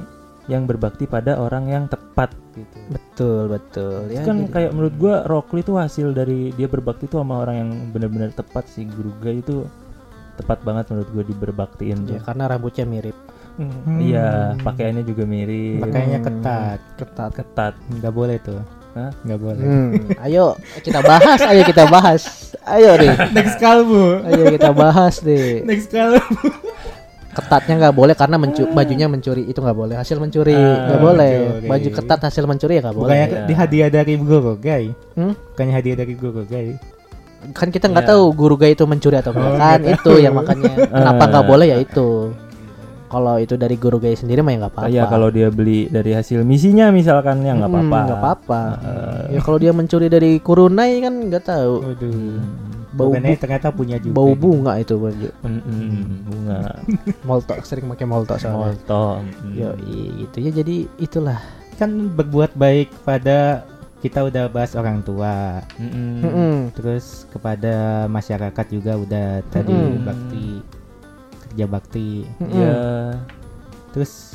yang berbakti pada orang yang tepat gitu. Betul, betul. Itu Ya, kan jadi- kayak menurut gua Rock Lee itu hasil dari dia berbakti tuh sama orang yang benar-benar tepat sih. Guru Gai itu tepat banget menurut gua diberbaktiin ya, tuh. karena rambutnya mirip, Hmm, Iya, pakaiannya juga mirip. Pakaiannya Hmm. ketat. ketat. Ketat. Nggak boleh tuh. Hah? Nggak boleh. Hmm, ayo kita bahas, ayo kita bahas. Ayo deh. Next kalbu. Ayo kita bahas deh. Next kalbu. Ketatnya nggak boleh karena mencu- bajunya mencuri, itu nggak boleh. Hasil mencuri Ah, nggak boleh. mencuri. Baju ketat hasil mencuri ya nggak boleh. Bukannya Iya. di hadiah dari Guru Gai. Hmm? Bukannya hadiah dari Guru Gai. Kan kita nggak Iya. tahu guru Gai itu mencuri atau enggak Oh, kan, nggak itu yang makanya kenapa nggak Ah. boleh ya itu. Kalau itu dari guru Gai sendiri mah ya nggak apa-apa. Ya kalau dia beli dari hasil misinya misalkan ya nggak Hmm, apa-apa. nggak apa-apa. Heeh. Ya kalau dia mencuri dari Kurunai kan nggak tahu. Waduh. Bau Bukannya bu- ternyata punya juga. Bau bunga itu baju. Mm-mm, bunga, Molto sering pakai molto soalnya. molto. mm. Yo, gitu ya, jadi itulah. Kan berbuat baik pada, kita udah bahas orang tua. Mm-mm. Mm-mm. Terus kepada masyarakat juga udah tadi Mm-mm. bakti, kerja bakti. Mm-mm. Ya, Terus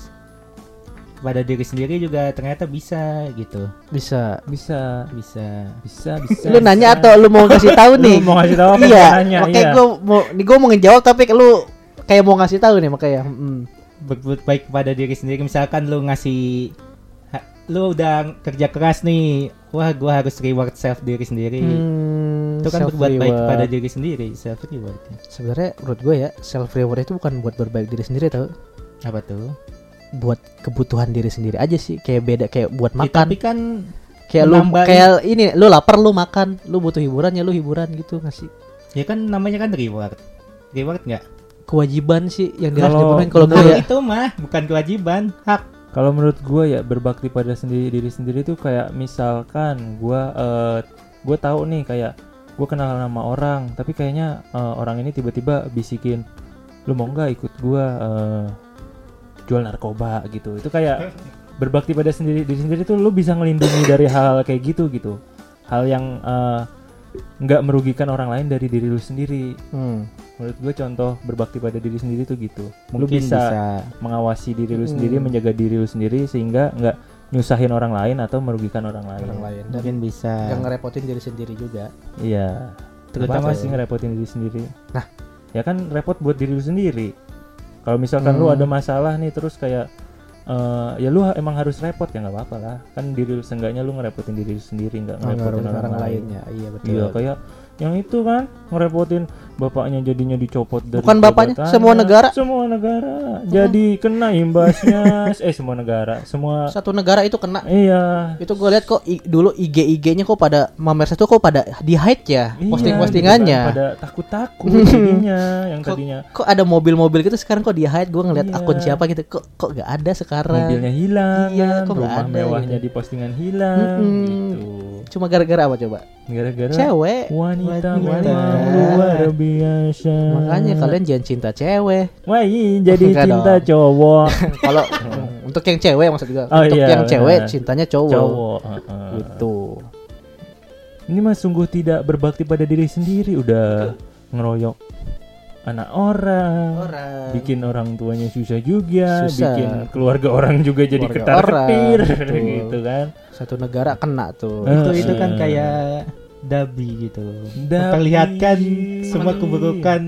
kepada diri sendiri juga ternyata bisa gitu. Bisa. bisa, Bisa. bisa, bisa. Lu nanya atau lu mau ngasih tahu Lu nih? mau ngasih tahu apa? Iya. Gua nanya, Makanya iya. gue mau, nih gue mau ngejawab tapi lu kayak mau ngasih tahu nih makanya. Mm. Berbuat baik kepada diri sendiri, misalkan lu ngasih ha- lu udah kerja keras nih, wah gua harus reward self diri sendiri. Hmm, Itu kan self berbuat baik reward. kepada diri sendiri, self reward. Sebenarnya menurut gue ya, self reward itu bukan buat berbaik diri sendiri tau, Apa tuh? buat kebutuhan diri sendiri aja sih. Kayak beda, kayak buat Ya, makan. tapi kan Kayak lu menambah- kayak ini, lu lapar lu makan, lu butuh hiburan ya lu hiburan gitu, ngasih ya kan namanya kan reward. Reward nggak? kewajiban sih yang dia harus Kalau dipenuhin kalau gue Hak ya. itu mah bukan kewajiban, hak. Kalau menurut gue ya berbakti pada sendiri diri sendiri tuh kayak misalkan gue uh, gue tahu nih kayak gue kenal nama orang tapi kayaknya uh, orang ini tiba-tiba bisikin lu mau nggak ikut gue uh, jual narkoba gitu. Itu kayak berbakti pada sendiri diri sendiri tuh lu bisa ngelindungi dari hal kayak gitu gitu. Hal yang uh, nggak merugikan orang lain dari diri lu sendiri. Hmm. Menurut gue contoh berbakti pada diri sendiri tuh gitu. Lu Mungkin bisa, bisa. mengawasi diri lu Hmm. sendiri, menjaga diri lu sendiri sehingga nggak nyusahin orang lain atau merugikan orang lain. Orang lain dan Mungkin bisa. yang ngerepotin diri sendiri juga. Iya. Terutama Terutama sih ya. ngerepotin diri sendiri. Nah. Ya kan repot buat diri lu sendiri. Kalau misalkan lu Hmm. ada masalah nih terus kayak eh, ya lu ha- emang harus repot ya nggak apa-apa lah. Kan diri lu seenggaknya lu ngerepotin diri lu sendiri nggak ngerepotin orang, orang lain. lainnya. Iya betul. Iya kayak yang itu kan ngerepotin bapaknya jadinya dicopot dari Bukan bapaknya, jabatannya. semua negara. Semua negara jadi kena imbasnya. eh semua negara, semua Satu negara itu kena. iya. Itu gue lihat kok i- dulu I G I G-nya kok pada Mamer satu kok pada di hide ya Iya, posting-postingannya. gitu kan, pada takut-takut jadinya yang Kok- tadinya Kok ada mobil-mobil gitu sekarang kok di hide, gue ngeliat Iya. akun siapa gitu kok kok gak ada sekarang. mobilnya hilang, Iya, kan, kok nggak rumah ada mewahnya gitu. di postingan hilang Mm-mm. gitu. Cuma gara-gara apa coba? Gara-gara Cewek. wanita Wanita. memang luar biasa. Makanya kalian jangan cinta cewek. Wah, iya, jadi Enggak cinta dong. cowok. Kalau mm, untuk yang cewek maksud gue. Oh, untuk iya, yang cewek benar. cintanya cowok. Cowok. heeh. Gitu. Ini mah sungguh tidak berbakti pada diri sendiri, udah ngeroyok anak orang, Orang. bikin orang tuanya susah juga, Susah. bikin keluarga orang juga jadi Keluarga ketar-ketir orang, betul. gitu kan. Satu negara kena tuh. Eh, Itu itu kan eh. kayak dabi gitu. Dabi. Memperlihatkan semua keburukan.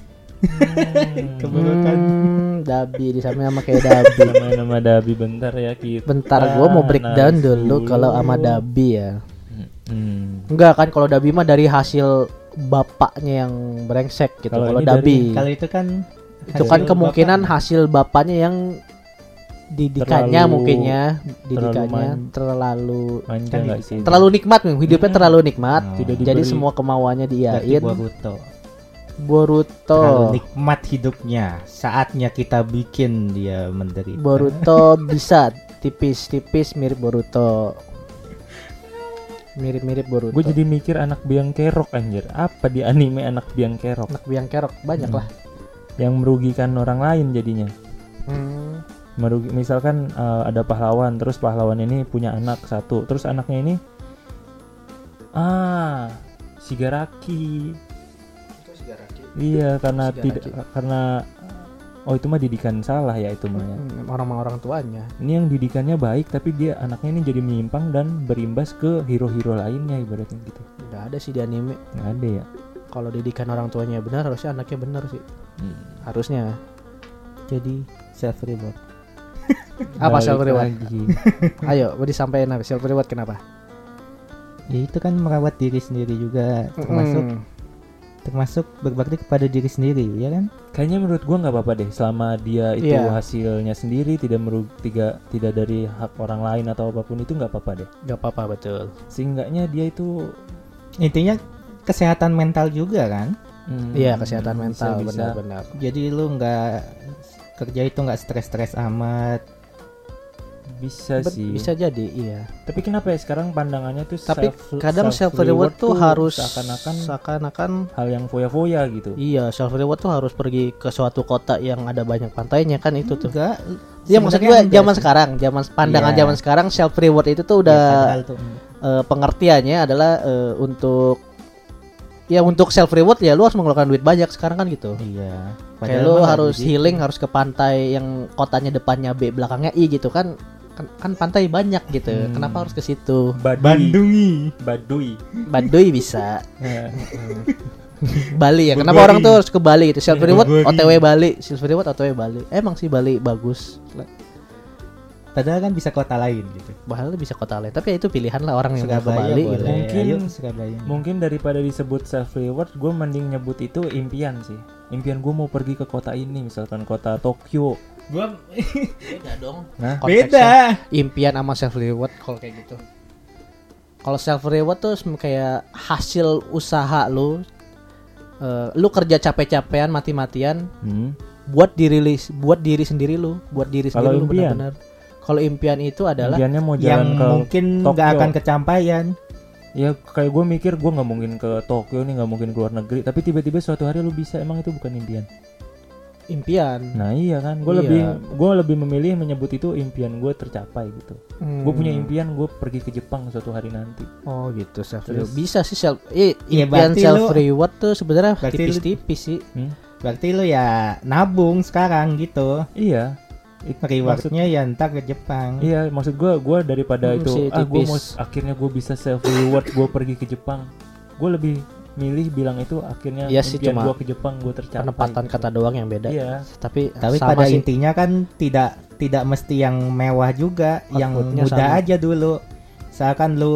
Keburukan. Hmm, Dabi di sana sama kayak Dabi. Nama-nama Dabi bentar ya kita. Bentar gua mau breakdown Nas dulu kalau sama dulu. Dabi ya. Hmm. Enggak kan kalau Dabi mah dari hasil bapaknya yang brengsek gitu. Kalau Kalau ini Dabi Kalau itu kan itu kan hasil kemungkinan bapaknya. hasil bapaknya yang didikannya Terlalu- mungkin ya, didikannya man- terlalu Manja Kan nggak di- sih? terlalu nikmat, Ming. Hidupnya Hmm. terlalu nikmat. Oh. Tidak Jadi diberi- semua kemauannya Berarti diiyain. Boruto. Boruto. Terlalu nikmat hidupnya. Saatnya kita bikin dia menderita. Boruto bisa tipis-tipis mirip Boruto. Mirip-mirip Boruto. Gue jadi mikir anak biang kerok anjir. Apa di anime anak biang kerok anak biang kerok banyak Hmm. lah. yang merugikan orang lain jadinya. Hmm. Merugi, misalkan eh, ada pahlawan, terus pahlawan ini punya anak satu, terus anaknya ini ah Shigaraki. Iya, karena Shigaraki. tidak karena Oh itu mah didikan salah ya itu mah ya. Hmm, orang-orang tuanya. Ini yang didikannya baik tapi dia anaknya ini jadi menyimpang dan berimbas ke hero-hero lainnya ibaratnya gitu. Nggak ada sih di anime. Nggak ada ya. Kalau didikan orang tuanya benar, harusnya anaknya benar sih. Hmm. Harusnya. Jadi self reward. Apa Balik self reward? lagi. Ayo, mau disampaikan apa? Self reward kenapa? Ya itu kan merawat diri sendiri juga, termasuk Mm. termasuk berbakti kepada diri sendiri, ya kan? Kayaknya menurut gua nggak apa-apa deh selama dia itu Iya. hasilnya sendiri tidak meru tidak tidak dari hak orang lain atau apapun itu nggak apa-apa deh. Gak apa-apa, betul. Seenggaknya dia itu Intinya kesehatan mental juga kan. hmm, Iya, kesehatan mental, bisa-bisa. benar-benar. Jadi lu nggak kerja itu nggak stres-stres amat. Bisa Bet- sih. Bisa jadi, iya. Tapi kenapa ya sekarang pandangannya tuh Tapi self, kadang self reward tuh harus seakan-akan seakan-akan hal yang foya-foya gitu. iya, self reward tuh harus pergi ke suatu kota yang ada banyak pantainya kan itu tuh. Enggak. Iya, maksud sebenarnya gua enggak zaman sih. sekarang, zaman pandangan Iya. zaman sekarang self reward itu tuh Ya, udah padahal tuh. eh, pengertiannya adalah eh, untuk ya untuk self reward ya lu harus mengeluarkan duit banyak sekarang kan gitu. Iya. Kayak Padahal lu mah nggak harus begitu. healing harus ke pantai yang kotanya depannya B belakangnya I gitu kan. Kan, kan pantai banyak gitu. Hmm. Kenapa harus ke situ? Baduy. Bandungi. Baduy. Baduy bisa. Ya. Bali ya. Kenapa Bogori. orang tuh harus ke Bali gitu? Self reward Bogori. O T W Bali. Self reward O T W Bali. Emang sih Bali bagus. Padahal kan bisa kota lain gitu. Bahkan bisa kota lain. Tapi ya itu pilihan lah orang yang mau ke Surabaya Bali boleh. gitu. Mungkin- Ayo ke Surabaya. Mungkin daripada disebut self reward, gue mending nyebut itu impian sih. Impian gue mau pergi ke kota ini, misalkan kota Tokyo. Gua Beda dong. Nah, beda. Impian sama self reward kalau kayak gitu. Kalau self reward tuh sem- kayak hasil usaha lu. Eh, lu kerja capek-capean mati-matian hmm. buat diri lis- buat diri sendiri lu, buat diri Kalau sendiri lu impian? benar-benar. Kalau impian itu adalah impiannya mau Yang jalan ke mungkin nggak Tokyo. akan kecampaian. Ya kayak gue mikir gue nggak mungkin ke Tokyo nih, nggak mungkin ke luar negeri. Tapi tiba-tiba suatu hari lu bisa, emang itu bukan impian. impian. Nah iya kan, gue Iya. lebih gue lebih memilih menyebut itu impian gue tercapai gitu. Hmm. Gue punya impian gue pergi ke Jepang suatu hari nanti. Oh gitu self Terus- reward. Bisa sih self eh, Iya, impian berarti self lu- reward tuh sebenarnya berarti lu- tipis-tipis sih. Hmm? Berarti lu ya nabung sekarang gitu. Iya. It- maksud, Rewardnya ya ntar ke Jepang. iya maksud gue gue daripada Hmm, itu sih, ah gue tipis. mau akhirnya gue bisa self reward gue pergi ke Jepang. Gue lebih milih bilang itu akhirnya Iya sih, impian cuma gue ke Jepang gue tercapai. Penempatan gitu. kata doang yang beda. Iya. Tapi Tapi sama pada sih. intinya kan tidak tidak mesti yang mewah juga, yang Outputnya mudah sama. aja dulu. Misalkan lu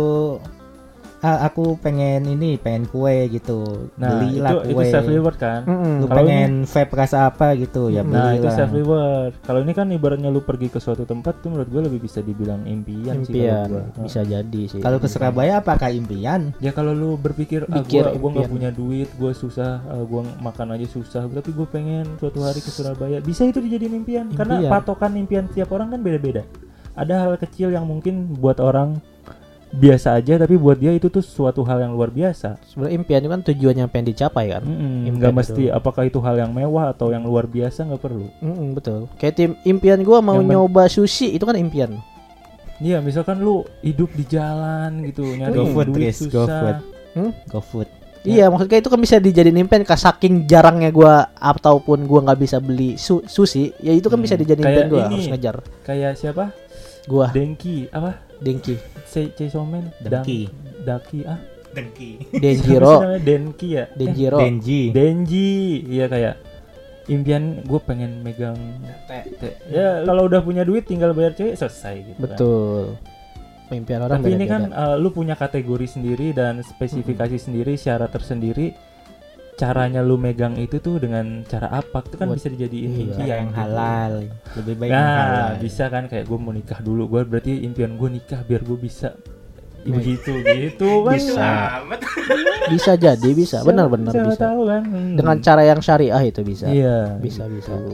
ah, aku pengen ini, pengen kue gitu. Nah belilah itu itu kue. self reward kan. Mm-mm. Lu Kalau pengen vape rasa apa gitu ya Nah itu belilah. self reward. Kalau ini kan ibaratnya lu pergi ke suatu tempat tuh menurut gue lebih bisa dibilang impian, sih impian kalau gua. bisa jadi sih. Kalau ke Surabaya apakah impian? Ya kalau lu berpikir ah Mikir gua gua nggak impian. punya duit, gua susah, ah, gua makan aja susah, tapi gue pengen suatu hari ke Surabaya. Bisa itu dijadiin impian. Karena Impian. patokan impian tiap orang kan beda-beda. Ada hal kecil yang mungkin buat orang biasa aja, tapi buat dia itu tuh suatu hal yang luar biasa. Sebenarnya impian itu kan tujuan yang pengen dicapai kan. Mm-mm, Impian nggak itu. mesti apakah itu hal yang mewah atau yang luar biasa, nggak perlu. Mm-mm, betul. Kayak tim impian gua mau Yang ben- nyoba sushi itu kan impian. Iya, misalkan lu hidup di jalan gitu, nyari GoFood, duit Tris, GoFood. susah. Hmm? GoFood. Iya, maksudnya itu kan bisa dijadiin impian. Ka- Saking jarangnya gua ataupun gua nggak bisa beli su- sushi, ya itu kan Hmm, bisa dijadiin kayak impian gua ini. harus ngejar. Kayak siapa? Gua Denki apa? Denki, C Somen, Dengki. Daki ah. Dengki. Siapa sih Denjiro, namanya? Denki ya? Denjiro. Denji. Denji. Iya kayak impian gue pengen megang T. Ya kalau udah punya duit tinggal bayar cewek selesai gitu kan. Betul. Impian orang Tapi ini beda-beda. kan uh, lu punya kategori sendiri dan spesifikasi sendiri, syarat tersendiri. Caranya lu megang itu tuh dengan cara apa? Itu kan Buat- bisa dijadiin iya, impian yang gitu. halal. Lebih baik yang halal. Nah, bisa kan kayak gue mau nikah dulu. Gue berarti impian gue nikah biar gue bisa begitu gitu kan. Bisa. Bisa jadi, bisa. Benar-benar Siapa bisa. tahu kan. Hmm. Dengan cara yang syariah itu bisa. Iya. Bisa, gitu. bisa.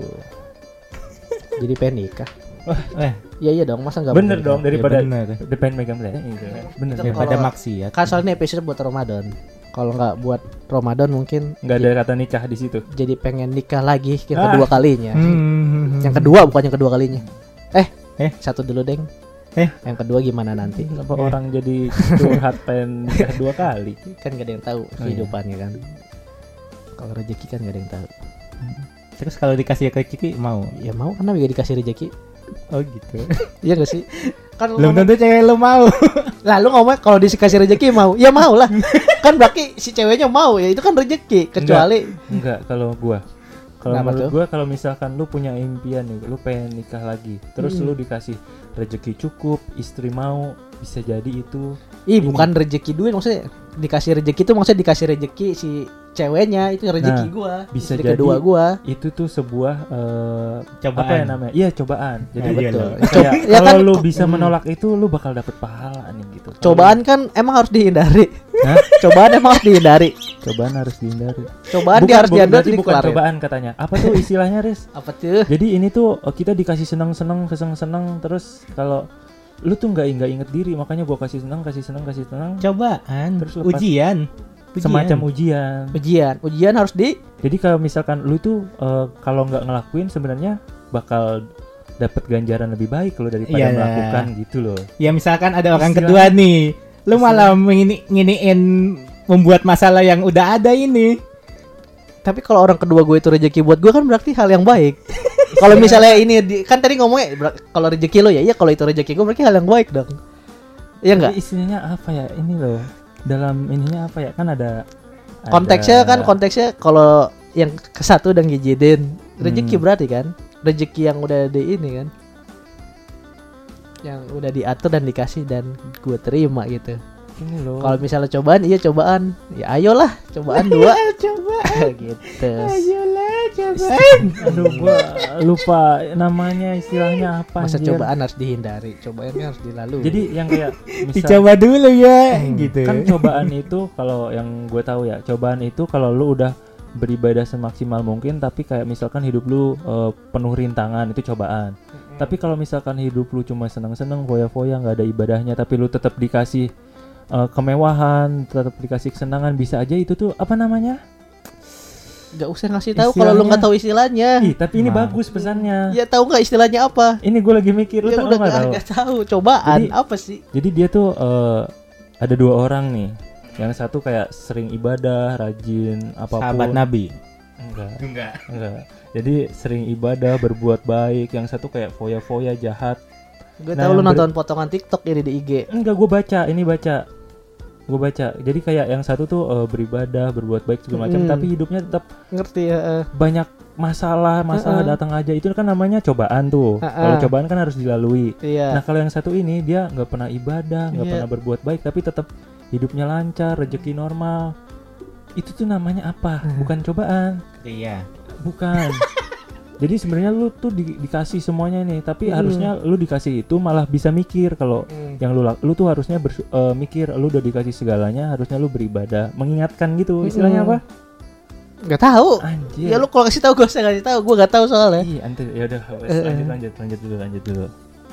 Jadi pengen nikah. Eh, Iya iya dong, masa nggak Bener boleh dong nikah? daripada ya bener. depan megang belakang gitu kan. Bener. Itu Daripada Kalau- maksiat. Kan soalnya episode buat Ramadan. Kalau nggak buat Ramadan mungkin Nggak ada kata nikah di situ. jadi pengen nikah lagi yang Ah. kedua kalinya. Hmm. Yang kedua bukan yang kedua kalinya. Eh, Eh. satu dulu, Deng. Eh. Yang kedua gimana nanti? Kenapa orang jadi curhat pengen nikah dua kali? Kan gak ada yang tahu iya. kehidupannya kan. Kalau rezeki kan gak ada yang tahu. Terus kalau dikasih rezeki mau? Ya mau karena juga dikasih rezeki. Oh gitu. Iya gak sih? Kan Belum tentu cewek lu mau. Lah lu ngomong kalau dikasih rezeki mau. Ya mau lah. Kan berarti si ceweknya mau ya itu kan rezeki kecuali Enggak, kalau gua. Kalau Kenapa menurut tuh? gua kalau misalkan lu punya impian nih, lu pengen nikah lagi, terus Hmm. lu dikasih rezeki cukup, istri mau, bisa jadi itu Ih Ini. bukan rezeki duit maksudnya dikasih rezeki itu maksudnya dikasih rezeki si ceweknya itu rezeki Nah, gua bisa istri jadi kedua gua. itu tuh sebuah eh, Cobaan. apa ya namanya? Iya, cobaan. Jadi Nah, iya betul. loh. Kayak Ya kalau kan- lu bisa Hmm. menolak itu, lu bakal dapet pahala nih gitu. Cobaan kan emang harus dihindari. Hah? Cobaan emang harus dihindari. Cobaan harus dihindari. Cobaan dia Bukan, harus bu- dihindari berarti bukan dikelarin. cobaan katanya. Apa tuh istilahnya, Riz? Apa tuh? Jadi ini tuh eh, kita dikasih senang-senang, senang-senang, terus kalau lu tuh nggak nggak inget diri, makanya gua kasih senang, kasih senang, kasih senang, Cobaan. Terus lepas- Ujian. Ujian. semacam ujian. Ujian, ujian harus di Jadi kalau misalkan lu tuh eh, kalau nggak ngelakuin sebenarnya bakal dapat ganjaran lebih baik lo daripada Iya. melakukan gitu loh. Ya misalkan ada orang Istilah- kedua nih, lu Istilah- malah ngini- nginiin membuat masalah yang udah ada ini. Tapi kalau orang kedua gue itu rezeki buat gue kan berarti hal yang baik. Kalau misalnya ini di- kan tadi ngomongnya ber- kalau rezeki lo ya iya kalau itu rezeki gue berarti hal yang baik dong. Iya enggak? Tapi istilahnya apa ya ini loh? Dalam ininya apa ya? Kan ada Konteksnya ada- kan konteksnya kalau yang ke satu udah ngijinin rezeki Hmm. berarti kan rezeki yang udah di ini kan yang udah diatur dan dikasih dan gue terima gitu. ini loh. Kalau misalnya cobaan iya cobaan ya ayolah cobaan dua Coba. gitu. Ayolah coba. Aduh gua lupa namanya istilahnya apa Masa anjir. cobaan harus dihindari, cobaan kan harus dilalui. Jadi yang kayak misal Dicoba dulu ya, Hmm, gitu. kan cobaan itu kalau yang gue tahu ya, cobaan itu kalau lu udah beribadah semaksimal mungkin tapi kayak misalkan hidup lu eh, penuh rintangan itu cobaan. Tapi kalau misalkan hidup lu cuma senang-senang foya-foya nggak ada ibadahnya tapi lu tetap dikasih eh, kemewahan, tetap dikasih kesenangan, bisa aja itu tuh apa namanya? Gak usah ngasih tahu kalau lu Istilahnya- nggak tahu istilahnya. Ih, tapi ini Nah. bagus pesannya. Ya tahu nggak istilahnya apa? Ini gue lagi mikir lu Ya tahu udah nggak nggak tahu? nggak tahu. Cobaan Jadi- apa sih? Jadi dia tuh eh, ada dua orang nih. Yang satu kayak sering ibadah, rajin apapun. Sahabat Nabi. Enggak. Enggak. Enggak. Jadi sering ibadah, berbuat baik. Yang satu kayak foya-foya jahat. Gue Nah, tahu lu yang ber- nonton potongan TikTok ini di I G. Enggak, gue baca, ini baca. Gue baca. Jadi kayak yang satu tuh eh, beribadah, berbuat baik segala macam, Hmm. tapi hidupnya tetap Ngerti ya? eh. banyak masalah, masalah Heeh. datang aja. Itu kan namanya cobaan tuh. Heeh. Kalau cobaan kan harus dilalui. Iya. Nah, kalau yang satu ini dia nggak pernah ibadah, nggak Iya. pernah berbuat baik, tapi tetap hidupnya lancar, rezeki normal. Itu tuh namanya apa? Bukan cobaan. Iya. Bukan. Jadi sebenarnya lu tuh di- dikasih semuanya nih, tapi Hmm. harusnya lu dikasih itu malah bisa mikir kalau Hmm. yang lu lak- lu tuh harusnya bersu- eh, mikir lu udah dikasih segalanya, harusnya lu beribadah, mengingatkan gitu. Istilahnya Hmm. apa? Nggak tahu. Anjir. Ya lu kalau kasih tahu gue usah kasih tahu. Gue nggak tahu soalnya. Ih, anjir. Ya udah, wes, Eh, lanjut eh. lanjut lanjut dulu, lanjut dulu.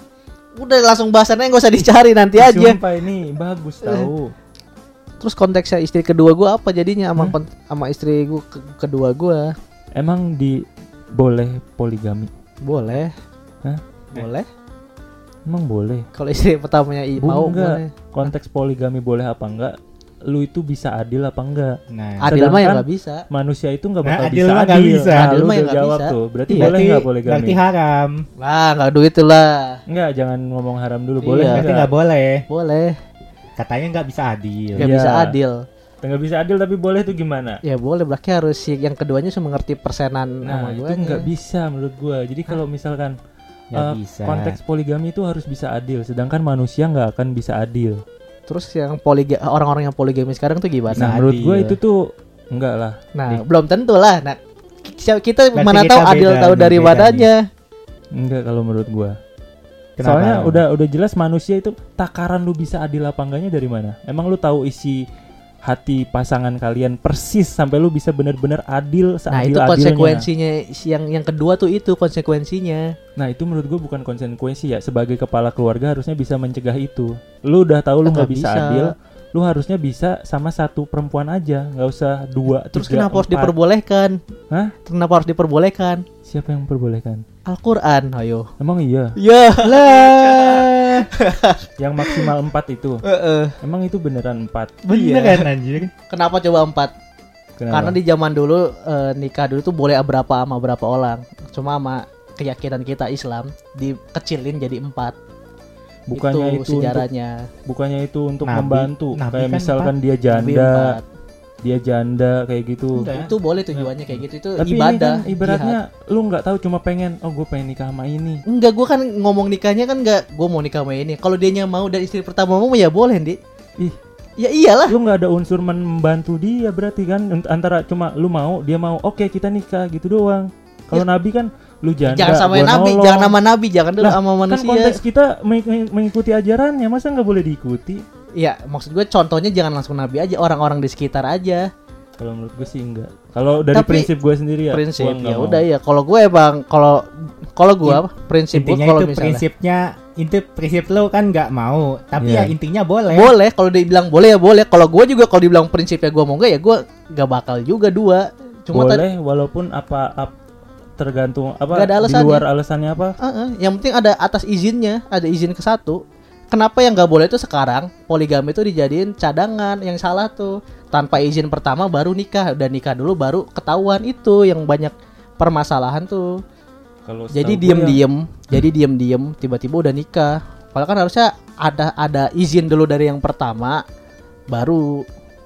Udah langsung bahasannya nggak usah dicari nanti aja. Sumpah ini bagus tahu. Terus konteksnya istri kedua gue apa jadinya sama Hmm? kon- sama istri gue ke- kedua gue? Emang di boleh poligami? Boleh. Hah? Boleh. Emang boleh. Kalau istri pertamanya i- Bu, mau enggak. boleh. Konteks poligami boleh apa enggak? Lu itu bisa adil apa enggak? Nah, Adil mah ya sedangkan- nggak bisa. Manusia itu nggak Nah, bakal adil bisa mah adil. nggak bisa. Nah, Adil lu mah ya udah nggak jawab bisa. tuh. Berarti berarti, boleh nggak poligami? berarti haram. Wah nggak duit tuh lah. Enggak, jangan ngomong haram dulu. Boleh Iya. Berarti enggak? nggak boleh. Boleh. Katanya nggak bisa adil. Nggak Iya. bisa adil. Nggak bisa adil tapi boleh tuh gimana? Ya boleh. Berarti harus si yang keduanya harus mengerti persenan Nah, sama itu gue. nggak bisa menurut gua. Jadi kalau misalkan Nggak eh, bisa. konteks poligami itu harus bisa adil, sedangkan manusia nggak akan bisa adil. Terus yang poliga orang-orang yang poligami sekarang tuh gimana? Nah, Bisa menurut gua adil. itu tuh enggak lah. Nah, Nih. belum tentu lah. Nah, ki- kita Berarti mana kita tahu adil beda tahu nih, dari beda mananya. Enggak kalau menurut gua. Kenapa? Soalnya udah udah jelas manusia itu takaran lu bisa adil apa enggaknya dari mana? Emang lu tahu isi hati pasangan kalian persis sampai lu bisa benar-benar adil Nah, seadil itu adilnya. konsekuensinya yang yang kedua tuh itu konsekuensinya. Nah, itu menurut gua bukan konsekuensi ya. Sebagai kepala keluarga harusnya bisa mencegah itu. Lu udah tahu lu Nggak nggak bisa, bisa. adil, lu harusnya bisa sama satu perempuan aja, nggak usah dua. Terus tiga, kenapa harus empat. diperbolehkan? Hah? Kenapa harus diperbolehkan? Siapa yang memperbolehkan? Al-Qur'an, ayo. Emang iya. Ya. Lah. Yang maksimal empat itu. Heeh. Emang itu beneran empat? Bener kan anjir? Kenapa coba empat? Kenapa? Karena di zaman dulu eh, nikah dulu tuh boleh berapa sama berapa orang. Cuma sama keyakinan kita Islam dikecilin jadi empat. Bukannya itu, itu sejarahnya. Untuk, bukannya itu untuk Nabi- membantu. Nabi Kayak kan misalkan empat. dia Lebih janda, empat. dia janda kayak gitu. Enggak. Itu boleh tujuannya kayak gitu. Itu Tapi ibadah. ini kan ibaratnya jihad. lu nggak tahu cuma pengen, oh gue pengen nikah sama ini. Enggak, gue kan ngomong nikahnya kan enggak gue mau nikah sama ini. Kalau dianya mau dan istri pertama mau ya boleh, Di. Ih, Ya iyalah. lu nggak ada unsur membantu dia berarti kan, antara cuma lu mau, dia mau, oke kita nikah gitu doang. Kalau Ya. Nabi kan lu janda, Jangan sama gua nabi, nolong. jangan sama nabi, jangan dulu Lah, sama Kan manusia. konteks kita meng- mengikuti ajarannya, masa nggak boleh diikuti? Ya, maksud gue contohnya jangan langsung nabi aja, orang-orang di sekitar aja. Kalau menurut gue sih enggak. Kalau dari Tapi prinsip gue sendiri ya, Prinsip gua nggak ya mau. udah ya. Kalau gue bang, kalau kalau gue apa? Prinsip gue Intinya kalau itu misalnya prinsipnya, itu prinsip lo kan nggak mau, tapi Iya. ya intinya boleh. boleh, kalau dibilang boleh ya boleh. Kalau gue juga kalau dibilang prinsipnya gue mau enggak ya gue nggak bakal juga dua. Cuma tadi boleh walaupun apa, ap- tergantung apa Nggak ada di alasannya. luar alasannya apa. uh-uh, yang penting ada atas izinnya, ada izin ke satu. Kenapa yang nggak boleh itu sekarang poligami itu dijadiin cadangan? Yang salah tuh tanpa izin pertama baru nikah, udah nikah dulu baru ketahuan, itu yang banyak permasalahan tuh. Kalau Jadi setahu gue ya- diem-diem, jadi diem-diem tiba-tiba udah nikah. Kalau kan harusnya ada ada izin dulu dari yang pertama baru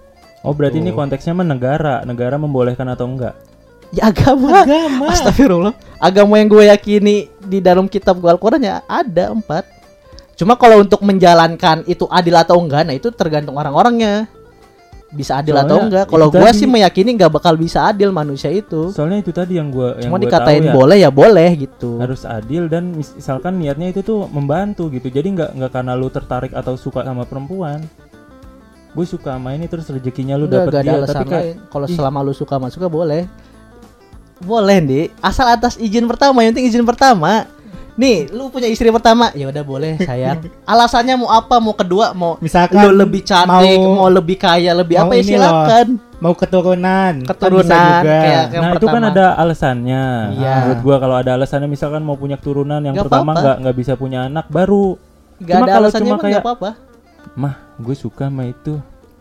Oh berarti Oh. ini konteksnya mah negara, negara membolehkan atau enggak? ya agama. Agama. Astagfirullah. Agama yang gue yakini di dalam kitab gue Al-Quran ya ada empat. Cuma kalau untuk menjalankan itu adil atau enggak, nah itu tergantung orang-orangnya. Bisa adil Soalnya atau enggak. Kalau itu gue tadi- sih meyakini nggak bakal bisa adil manusia itu. Soalnya itu tadi yang gue yang Cuma gua dikatain tahu ya, boleh ya boleh gitu. harus adil dan mis- misalkan niatnya itu tuh membantu gitu. Jadi nggak nggak karena lu tertarik atau suka sama perempuan. Gue suka sama ini terus rezekinya lu Enggak, dapet nggak ada dia, alasan tapi kayak lain. Kalau ih. selama lu suka sama suka boleh. Boleh, Di. Asal atas izin pertama, yang penting izin pertama. Nih, lu punya istri pertama, ya udah boleh, sayang. Alasannya mau apa? Mau kedua, mau Misalkan lu lebih cantik, mau, mau, lebih kaya, lebih mau apa ya ini silakan. mau keturunan, kan Keturunan, bisa juga. kayak- yang nah itu kan pertama. ada alasannya. Iya. Menurut gua kalau ada alasannya misalkan mau punya keturunan yang Nggak pertama apa-apa. nggak nggak bisa punya anak baru. Gak Cuma ada kalau alasannya cuma emang kayak nggak apa-apa. mah gue suka sama itu,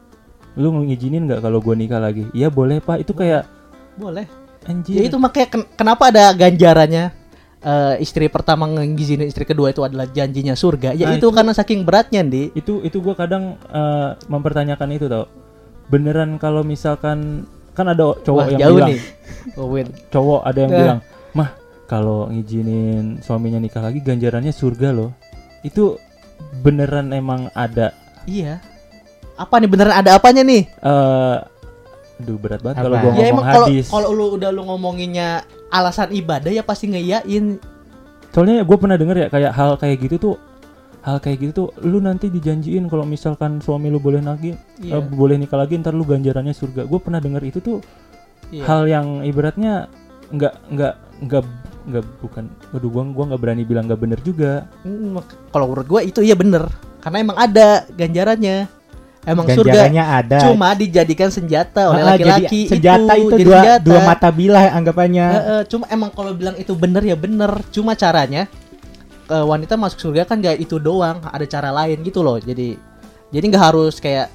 lu ngizinin nggak kalau gue nikah lagi? Iya boleh pak. Itu kayak Boleh. anjir. Ya itu makanya ken- kenapa ada ganjarannya eh, istri pertama ngizinin istri kedua itu adalah janjinya surga. Ya Nah, itu, itu- karena saking beratnya, Di. itu itu gue kadang eh, mempertanyakan itu tau. Beneran kalau misalkan kan ada cowok Wah, yang jauh bilang, nih. Oh, Win. cowok ada yang Nah. bilang, mah kalau ngizinin suaminya nikah lagi ganjarannya surga loh. Itu beneran emang ada? Iya. Apa nih beneran ada apanya nih? eh Aduh berat banget kalau Apa? gue Ya ngomong emang kalau hadis. kalau lu udah lu ngomonginnya alasan ibadah ya pasti ngeiyain. Soalnya gue pernah denger ya kayak hal kayak gitu tuh, hal kayak gitu tuh lu nanti dijanjiin kalau misalkan suami lu boleh lagi, Iya. eh, boleh nikah lagi ntar lu ganjarannya surga. Gue pernah denger itu tuh Iya. hal yang ibaratnya nggak nggak nggak nggak bukan. Waduh gua gua nggak berani bilang nggak bener juga. Hmm, mak- kalau menurut gua itu iya bener. Karena emang ada ganjarannya. Emang surga Ganjarannya ada. cuma dijadikan senjata oleh Ah, jadi laki-laki. senjata itu, jadi dua senjata. dua mata bilah anggapannya. Eh, eh, cuma emang kalau bilang itu bener ya bener. Cuma caranya eh, wanita masuk surga kan gak itu doang, ada cara lain gitu loh. Jadi jadi nggak harus kayak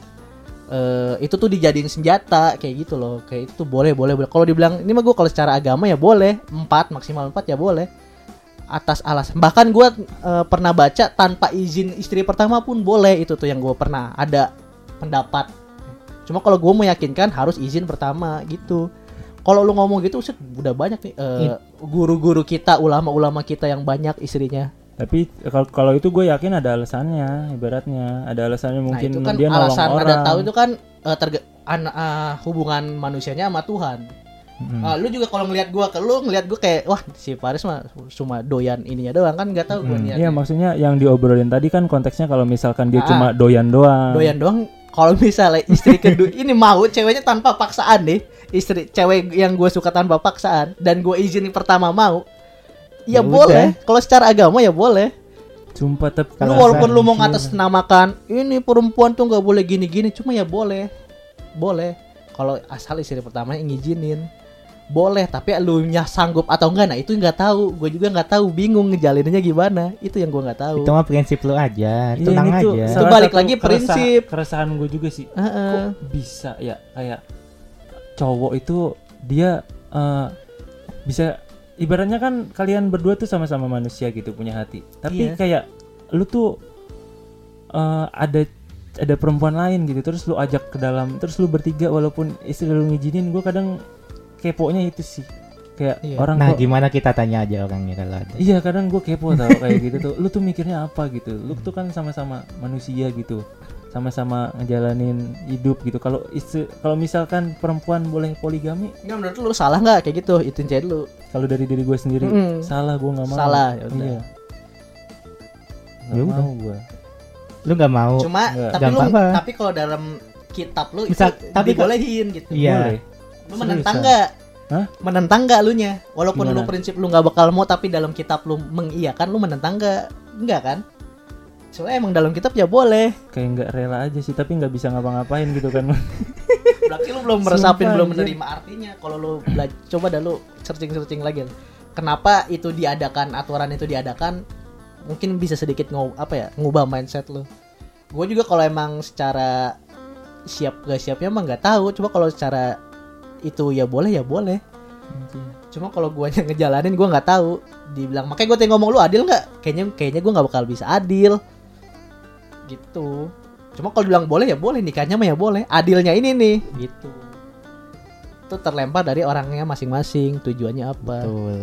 eh, itu tuh dijadiin senjata kayak gitu loh. Kayak itu tuh boleh boleh boleh. Kalau dibilang ini mah gua kalau secara agama ya boleh empat maksimal empat ya boleh. Atas alasan bahkan gua eh, pernah baca tanpa izin istri pertama pun boleh, itu tuh yang gua pernah ada pendapat. Cuma kalau gue meyakinkan harus izin pertama gitu. Kalau lu ngomong gitu set, udah banyak nih eh, guru-guru kita, ulama-ulama kita yang banyak istrinya. Tapi kalau kalau itu gue yakin ada alasannya, ibaratnya ada alasannya Nah mungkin itu kan dia nolong alasan orang. ada tahu itu kan eh, terga- an- eh, hubungan manusianya sama Tuhan. Mm-mm. Ah, lu juga kalau ngelihat gua ke lu ngelihat gua kayak wah si Faris mah cuma doyan ininya doang kan nggak tahu gua Hmm, niatnya. iya maksudnya yang diobrolin tadi kan konteksnya kalau misalkan dia Ah, cuma doyan doang. Doyan doang. Kalau misalnya istri kedua ini mau ceweknya tanpa paksaan deh, istri cewek yang gue suka tanpa paksaan dan gue izinin pertama mau, ya, Ya boleh. Kalau secara agama ya boleh. Sumpah tapi Lu Kalau walaupun asal lu mau anjir. ngatasnamakan ini perempuan tuh nggak boleh gini-gini, cuma ya boleh, boleh. Kalau asal istri pertamanya ngizinin, boleh. Tapi lu nya sanggup atau enggak, nah itu nggak tahu. Gue juga nggak tahu, bingung ngejalaninnya gimana. Itu yang gue nggak tahu. Itu mah prinsip lu aja, Iya, tenang ini tuh aja. salah balik satu lagi keresah- prinsip. Keresahan gue juga sih. Heeh. Kok bisa ya kayak cowok itu dia uh, bisa ibaratnya kan kalian berdua tuh sama-sama manusia gitu punya hati. Tapi Iya. kayak lu tuh uh, ada ada perempuan lain gitu terus lu ajak ke dalam terus lu bertiga walaupun istri lu ngizinin, gue kadang keponya itu sih. Kayak Iya. orang Nah, kok- gimana kita tanya aja orangnya kalau ada. Iya kadang gue kepo tau kayak gitu tuh. Lu tuh mikirnya apa gitu. Lu tuh kan sama-sama manusia gitu. Sama-sama ngejalanin hidup gitu. Kalau istri, kalau misalkan perempuan boleh poligami, Enggak, menurut lu salah nggak kayak gitu? Ituin cewek lu. kalau dari diri gue sendiri Mm-mm. salah, gue nggak mau. Salah, ya udah. Iya. Ya Nggak udah. mau gue. Lu nggak mau. Cuma Enggak. tapi lu Gampang. tapi kalau dalam kitab lu Misal- itu tapi dibolehin gitu. Iya. Boleh. Lu menentang Seriusan? nggak? Hah? Menentang nggak lu nya? Walaupun Gimana? lu prinsip lu nggak bakal mau tapi dalam kitab lu mengiyakan, lu menentang nggak? Enggak kan? Soalnya emang dalam kitab ya boleh. Kayak nggak rela aja sih, tapi nggak bisa ngapa-ngapain gitu kan. Berarti lu belum meresapin, Sumpah, belum anjir. menerima artinya. Kalau lu bela- coba dah lu searching-searching lagi. Kenapa itu diadakan, aturan itu diadakan? Mungkin bisa sedikit ngau apa ya, ngubah mindset lu. Gue juga kalau emang secara siap gak siapnya emang nggak tahu. Coba kalau secara itu ya boleh ya boleh. Cuma kalau guanya ngejalanin gue nggak tahu. Dibilang makanya gue tanya ngomong lu adil nggak? Kayaknya kayaknya gue nggak bakal bisa adil. Gitu. Cuma kalau bilang boleh ya boleh, nikahnya mah ya boleh. Adilnya ini nih. Gitu. Itu terlempar dari orangnya masing-masing. Tujuannya apa? Betul.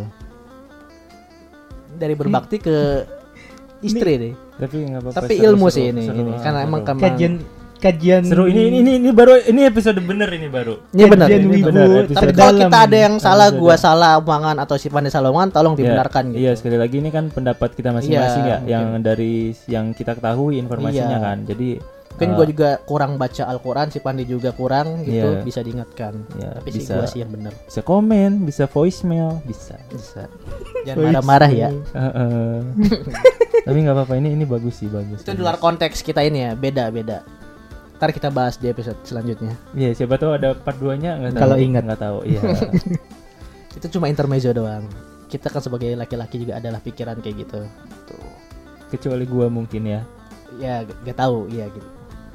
Dari berbakti ke istri deh. Tapi nggak apa-apa. Tapi seru, ilmu seru, sih ini. seru, ini. seru. Karena emang kemang. Kajian kajian Seru ini ini ini ini baru ini episode bener ini baru. Ini benar. kajian ini wibu benar, episode Tapi kalau terdalam kita ada nih. yang salah, Episode. gua salah omongan atau si Pandai salah omongan, tolong dibenarkan Ya, gitu. Iya, sekali lagi ini kan pendapat kita masing-masing Iya, ya, yang dari yang kita ketahui informasinya Iya. kan. Jadi Mungkin uh, gua juga kurang baca Al-Quran, si Pandi juga kurang gitu, Iya. bisa diingatkan. ya, Tapi sih bisa gua sih yang benar. bisa komen, bisa voicemail, bisa. Bisa. Jangan marah-marah ya. Heeh. Tapi nggak apa-apa, ini ini bagus sih, bagus. Itu di luar konteks kita ini ya, beda-beda. Ntar kita bahas di episode selanjutnya. Iya, siapa tahu ada part dua-nya nggak tahu. Kalau ingat. nggak tahu. Iya. Itu cuma intermezzo doang. Kita kan sebagai laki-laki juga adalah pikiran kayak gitu. Tuh. Kecuali gua mungkin ya. Ya gak, gak tahu, iya gitu.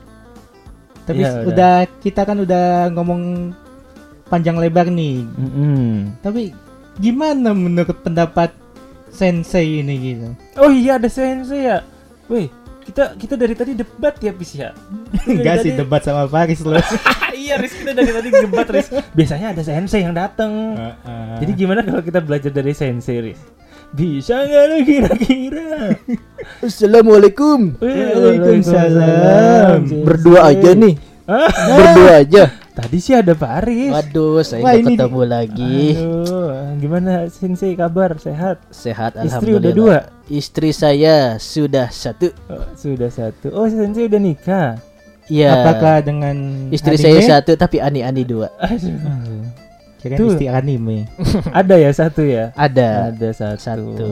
Tapi Iya, udah. udah kita kan udah ngomong panjang lebar nih. Mm-mm. Tapi gimana menurut pendapat sensei ini gitu? Oh iya, ada sensei ya. Wih, kita kita dari tadi debat ya, Pis ya. Enggak sih Dari tadi- debat sama Faris loh. Iya, Riz, kita dari tadi debat, Riz. Biasanya ada sensei yang datang. Jadi gimana kalau kita belajar dari sensei, Riz? Bisa nggak lu kira-kira? Assalamualaikum. Waalaikumsalam. Sensei. Berdua aja nih. Hah? Berdua aja. Tadi sih ada Paris. Waduh, saya Wah, nggak ini ketemu lagi. Aduh, gimana sensei kabar? Sehat? Sehat, Istri alhamdulillah. udah dua? Istri saya sudah satu. Oh, sudah satu. Oh, sensei udah nikah. Iya. Apakah dengan Istri anime? saya satu tapi ani-ani dua. Aduh. Kirain Tuh. istri anime. Ada ya satu ya? Ada. Ada satu. Satu.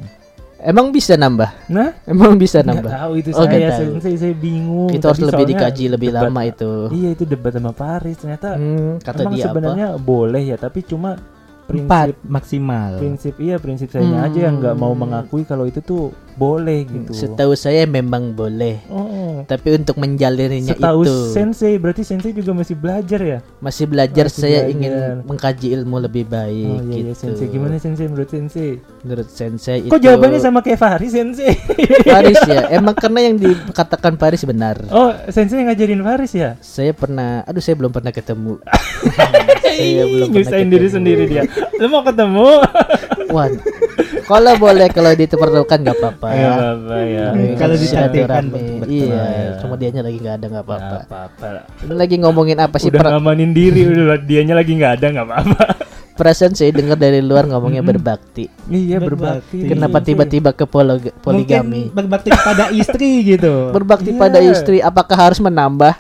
Emang bisa nambah? Nah, Emang bisa nggak nambah? tahu itu Oh, nggak saya tahu. sensei, saya bingung. Itu harus Tadi lebih soalnya dikaji lebih debat- lama itu. Iya, itu debat sama Paris. Ternyata Hmm, kata emang dia apa? sebenarnya boleh ya, tapi cuma Empat prinsip maksimal. prinsip iya prinsip sayanya Hmm. aja yang nggak mau mengakui kalau itu tuh boleh gitu. Setahu saya memang boleh. Oh, Tapi untuk menjalaninya setahu itu sensei berarti sensei juga masih belajar ya? masih belajar. Masih Saya belajar. ingin mengkaji ilmu lebih baik Oh iya, gitu. iya sensei, gimana sensei menurut sensei? Menurut sensei itu Kok jawabannya sama kayak Faris sensei? Paris ya. Emang karena yang dikatakan Paris benar. Oh, sensei ngajarin Faris ya? Saya pernah, aduh saya belum pernah ketemu. Saya belum pernah Nyusahin diri ketemu. sendiri dia. Lu mau ketemu? Wan, kalau boleh kalau diperlukan nggak apa-apa. Ya apa ya. Hmm, kalau diperhatikan Silaturahmi. betul. Iya, Ya. cuma dianya lagi nggak ada nggak apa-apa. Nggak apa-apa. Ini lagi ngomongin apa sih? Udah Per- ngamanin diri, udah dianya lagi nggak ada nggak apa-apa. perasaan saya dengar dari luar ngomongnya berbakti. Iya Berbakti. berbakti. Kenapa tiba-tiba ke polo- poligami? Mungkin berbakti kepada istri gitu. Berbakti Iya. pada istri, apakah harus menambah?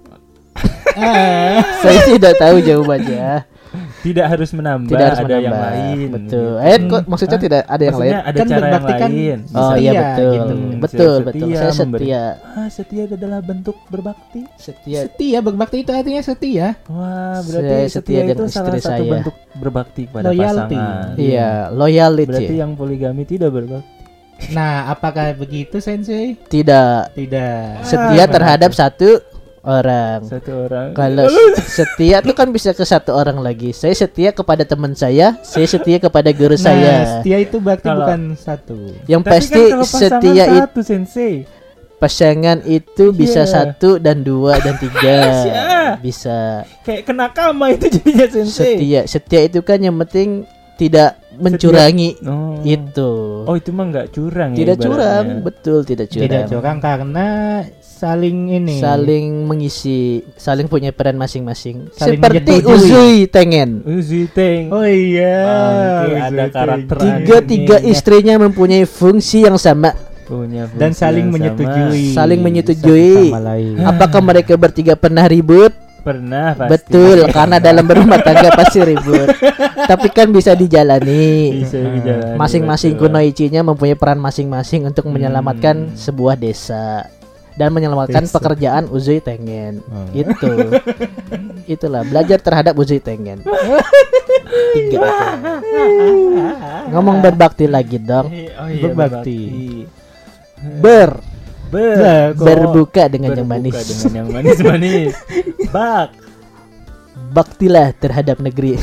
Ah. Saya tidak tahu jawabannya. Tidak harus menambah, Tidak harus ada menambah. yang lain. Betul. gitu. Eh, kok maksudnya tidak ada yang lain? Maksudnya ada Kan cara yang berbakti kan lain. Oh setia iya betul. gitu. Betul, Setia, betul. Saya memberi- setia. Ah, setia adalah bentuk berbakti. Setia. Setia berbakti itu artinya setia. Wah, Saya berarti setia setia, itu dengan salah istri satu saya. bentuk berbakti pada Loyalty. pasangan. Iya, loyalty. Berarti yang poligami tidak berbakti. Nah, apakah begitu sensei? Tidak Tidak. setia Ah, terhadap satu orang. Satu orang. Kalau setia tuh kan bisa ke satu orang lagi. Saya setia kepada teman saya, saya setia kepada guru Nah, saya. setia itu berarti Kalau- bukan satu. Yang Tapi pasti kan kalau pasangan setia itu satu sensei. pasangan itu bisa Iya. satu dan dua dan tiga. Siap. Bisa. Kayak kenakama itu jadinya sensei. Setia, setia itu kan yang penting tidak mencurangi Oh. itu. Oh, itu mah nggak curang ya. Tidak ibaratnya. curang, betul tidak curang. Tidak curang karena saling ini. Saling mengisi, saling punya peran masing-masing. Saling Seperti menyetujui. Uzui Tengen. Uzi Teng. Oh iya. Bangke, ada Uzui karakter Teng. Tiga ini. tiga istrinya mempunyai fungsi yang sama. Punya Dan fungsi saling yang sama. menyetujui. Saling satu menyetujui. sama lain. Apakah mereka bertiga pernah ribut? Pernah pasti. Betul, karena dalam berumah tangga pasti ribut. Tapi kan bisa dijalani. Bisa dijalani, Masing-masing betul. kunoichinya mempunyai peran masing-masing untuk menyelamatkan Hmm. sebuah desa dan menyelamatkan Desa. pekerjaan Uzui Tengen. Oh. Itu. Itulah belajar terhadap Uzui Tengen. Tiga. Ngomong berbakti lagi dong. Oh iya, Berbakti. Ber Ber. Lah, kok- berbuka dengan yang Berbuka manis. dengan yang manis-manis. Bak. Baktilah terhadap negeri.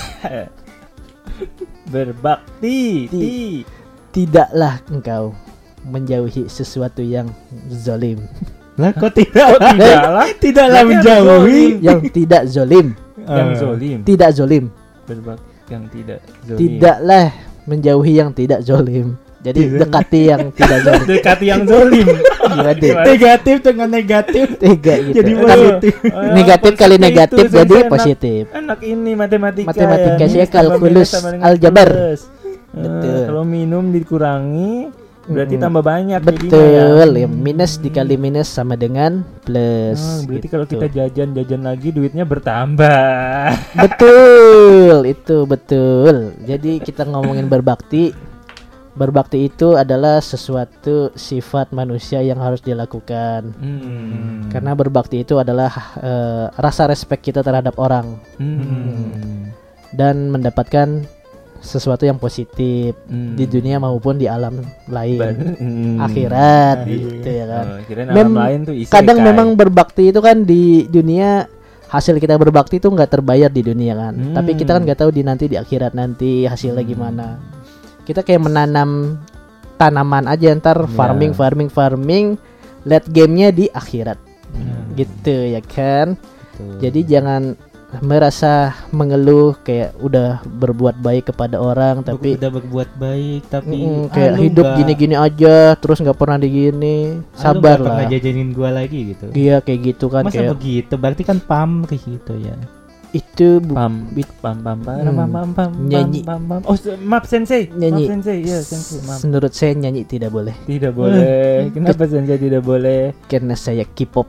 Berbakti. Ti. Tidaklah engkau menjauhi sesuatu yang zalim. Lah kok tidak? Oh, tidaklah. Tidaklah Berarti harus menjauhi. Yang tidak zalim. Yang Eh. zolim. Tidak zalim. Berbakti yang tidak zolim. Tidaklah menjauhi yang tidak zalim. Jadi Tidak. dekati yang tidak zalim. Dekati yang zolim. Gimana deh? Negatif dengan negatif. Tiga gitu. Jadi Kan positif. Oh, negatif konsepnya kali itu, negatif sensei, jadi anak- positif. Anak ini matematika. Matematika, ya. saya Minus tambah kalkulus, minus sama dengan aljabar. plus. Eh, Betul. kalau minum dikurangi berarti Mm. tambah banyak jadinya Betul. ya. Ya, minus dikali minus sama dengan plus. Oh, berarti gitu. kalau kita jajan-jajan lagi duitnya bertambah. Betul, itu betul. Jadi kita ngomongin berbakti. Berbakti itu adalah sesuatu sifat manusia yang harus dilakukan. Hmm. Karena berbakti itu adalah eh, rasa respect kita terhadap orang Hmm. dan mendapatkan sesuatu yang positif Hmm. di dunia maupun di alam lain, Ban- hmm. akhirat Iya. gitu ya kan. Oh, kirain Mem- alam lain tuh isekai. Kadang memang berbakti itu kan di dunia hasil kita berbakti itu nggak terbayar di dunia kan. Hmm. Tapi kita kan nggak tahu di nanti di akhirat nanti hasilnya Hmm. gimana. Kita kayak menanam tanaman aja ntar Ya. farming farming farming late gamenya di akhirat Hmm. gitu ya kan. Betul. Jadi jangan merasa mengeluh kayak udah berbuat baik kepada orang tapi udah berbuat baik tapi mm, ah, kayak lu hidup nggak- gini-gini aja terus nggak pernah digini. ah, lu Sabar nggak pernah lah. jajanin gua lagi gitu. Iya kayak gitu kan Masa kayak begitu? Berarti kan pamrih gitu ya. itu bu- Pam bit- pam pam pam Hmm. pam pam pam Nyanyi. pam pam. Oh, se- maaf sensei. Nyanyi. Maaf sensei. Iya, sensei. Maaf. menurut saya nyanyi tidak boleh Tidak boleh. Kenapa sensei tidak boleh? karena saya K-pop.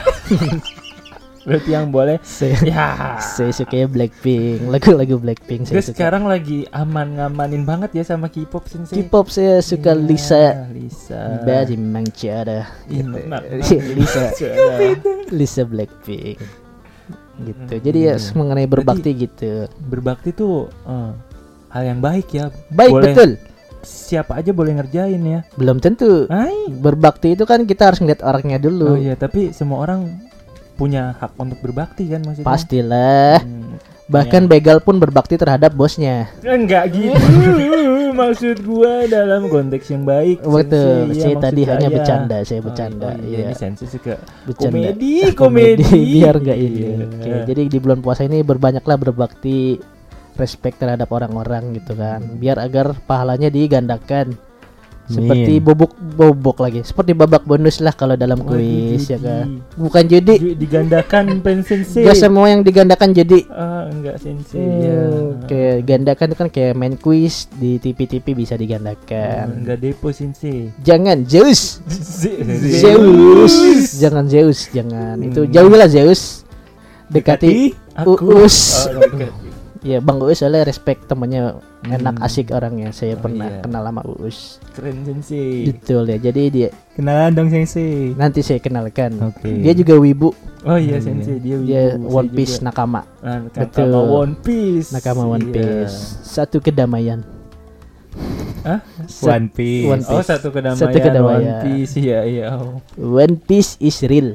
Berarti yang boleh. saya Ya. saya suka Blackpink, lagu-lagu Blackpink saya Gue suka. sekarang lagi aman-ngamanin banget ya sama K-pop sensei. K-pop saya suka Iya, Lisa. Lisa. Badi memang ada. Ih, maaf, maaf. Lisa, Sudah. Lisa Blackpink. Gitu. Hmm, Jadi ya iya. mengenai berbakti gitu. Berbakti tuh eh, hal yang baik ya. Baik Boleh- betul. Siapa aja boleh ngerjain ya. Belum tentu. Hai. Berbakti itu kan kita harus ngeliat orangnya Oh dulu. iya, tapi semua orang punya hak untuk berbakti kan maksudnya. Pastilah. Hmm, Bahkan begal pun berbakti terhadap bosnya. enggak gitu. Maksud gua dalam konteks yang baik. Betul. Sensei. Iya, Saya maksud tadi hanya saya. bercanda, saya Oh, bercanda. oh, iya, Iya. ini sensei suka Bercanda. komedi, Ah, komedi. biar nggak ini. Iya. Oke, jadi di bulan puasa ini berbanyaklah berbakti, respect terhadap orang-orang gitu kan, biar agar pahalanya digandakan. Seperti Amin. bobok bobok lagi, seperti babak bonus lah kalau dalam Waduh, kuis ya judi. kan. Bukan judi, Ju- digandakan pen sensei. gak semua yang digandakan jadi. Ah, enggak sensei. Hmm, Ya. Kayak gandakan itu kan kayak main kuis di T V-T V bisa Ah, digandakan. enggak depo sensei. Jangan Zeus, Zeus. Zeus, jangan Zeus, jangan. Itu jauhilah Zeus. Dekati Aku. Uus. Oh, dekat. Ya Bang Uus soalnya respect temennya enak Hmm. asik orangnya. Saya Oh, pernah iya. kenal sama Uus. Keren sensei. Betul ya. Jadi dia Kenalan dong sensei. nanti saya kenalkan. Oke. Dia juga wibu. Oh iya Hmm, sensei dia Dia wibu. One Saya Piece juga. nakama. Ah, Betul. nakama One Piece. Nakama One Iya. Piece. Satu kedamaian. Hah? Sa- One Piece. One Oh Piece. satu kedamaian, Satu kedamaian. One Piece. Iya iya. Oh. One Piece is real.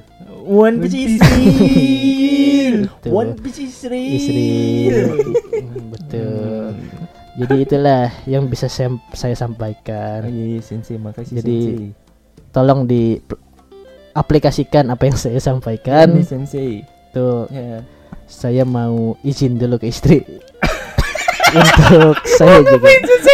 One Piece Israel. Betul. One Piece Israel. Israel. Hmm, betul. Jadi itulah yang bisa saya, saya sampaikan. Iya, sensei, makasih Jadi, sensei. Tolong diaplikasikan apa yang saya sampaikan. Ini sensei. Tuh, Ya. saya mau izin dulu ke istri untuk saya juga.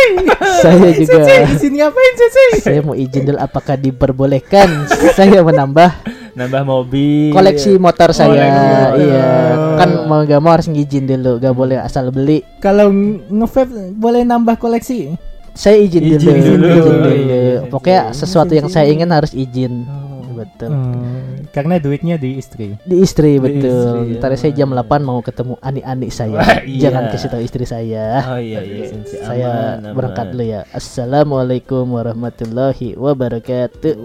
Saya juga. Sini ngapain sih? Saya mau izin dulu apakah diperbolehkan saya menambah Nambah mobil. koleksi motor saya. koleksi. Iya, kan mau gak mau harus ngizin dulu, gak boleh asal beli. Kalau nge-vape boleh nambah koleksi. Saya izin, Izin dulu. dulu. Izin dulu. Iya, Pokoknya iya. sesuatu yang saya ingin harus izin. Oh. Betul. Hmm, karena duitnya di istri. Di istri, Di betul. istri, Ntar ya. saya jam delapan mau ketemu adik-adik saya. Wah, iya. Jangan kasih tahu istri saya. Oh iya iya sensei. Saya Aman, berangkat aman. dulu ya. Assalamualaikum warahmatullahi wabarakatuh.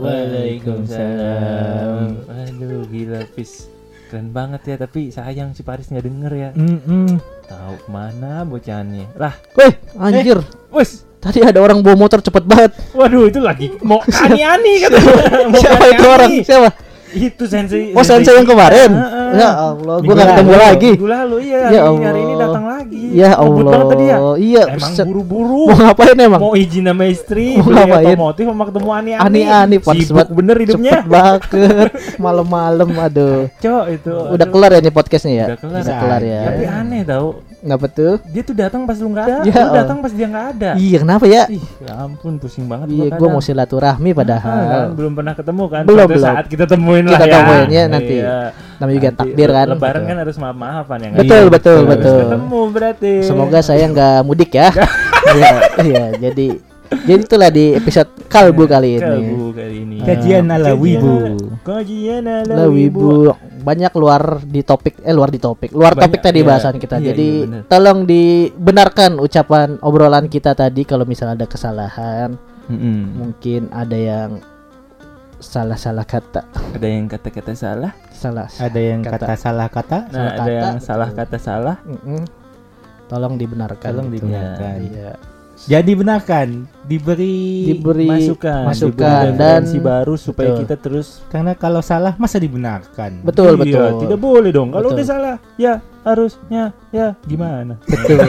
Waalaikumsalam. Aduh gila Fis. Keren banget ya, tapi sayang si Paris nggak denger ya. Mm-mm. Tahu kemana bocahannya. Lah, Weh, anjir. wes. Tadi ada orang bawa motor cepet banget. Waduh itu lagi mau ani-ani kan. Mau Siapa itu ani-ani. orang? Siapa? Itu sensei. Oh, sensei yang kemarin. Heeh. Ya Allah, Minggu gua nggak ketemu lalu. lagi. Minggu lalu iya, Ya hari, ini, Allah. hari ini datang lagi. Ya Ngebut banget tadi ya. Allah. Iya, Emang set- buru-buru. mau ngapain emang? Mau izin sama istri, Mau beli ngapain? otomotif sama ketemu ani-ani. Ani-ani, pantes Sibuk banget. bener hidupnya. Cepet banget. Malam-malam, aduh. Cok itu. Udah aduh. kelar ya nih podcastnya ya? Udah kelar. Udah kelar ya. Tapi aneh tau. Ngapa tuh? Dia tuh datang pas lu nggak ada. Ya, Lu oh. datang pas dia nggak ada. Iya, kenapa ya? Ih, ya ampun pusing banget Iya, gua gua mau kadang. silaturahmi Ah, kan, padahal. belum pernah ketemu kan. Belum, Suatu belum. saat kita temuin Kita lah ya. temuin ya nanti. Iya. Namanya juga Nanti takdir kan. Lebaran Betul. kan harus maaf-maafan ya. Betul, Iya, betul, harus betul. Ketemu berarti. Semoga saya nggak mudik ya. Iya, iya, jadi jadi itulah di episode kalbu kali ini. Kalbu kali ini. Kajian ala Kajian wibu. ala- Kajian ala Lah wibu banyak luar di topik eh luar di topik luar Banyak, topik tadi iya. bahasan kita. Iya, Jadi iya, benar. tolong dibenarkan ucapan obrolan kita tadi kalau misalnya ada kesalahan, Mm-mm. mungkin ada yang salah-salah kata, Ada yang kata-kata salah. salah. Ada yang Kata. kata, salah kata. Nah, Salah ada kata, yang betul. salah kata salah. Mm-mm. Tolong dibenarkan. Tolong gitu. dibenarkan. Iya. Jadi benarkan, diberi, Diberi masukan, masukan diberi dan referensi baru supaya betul. kita terus karena kalau salah masa dibenarkan. Betul, Iya, betul. tidak boleh dong. Kalau Betul. udah salah, ya harusnya ya gimana? Betul.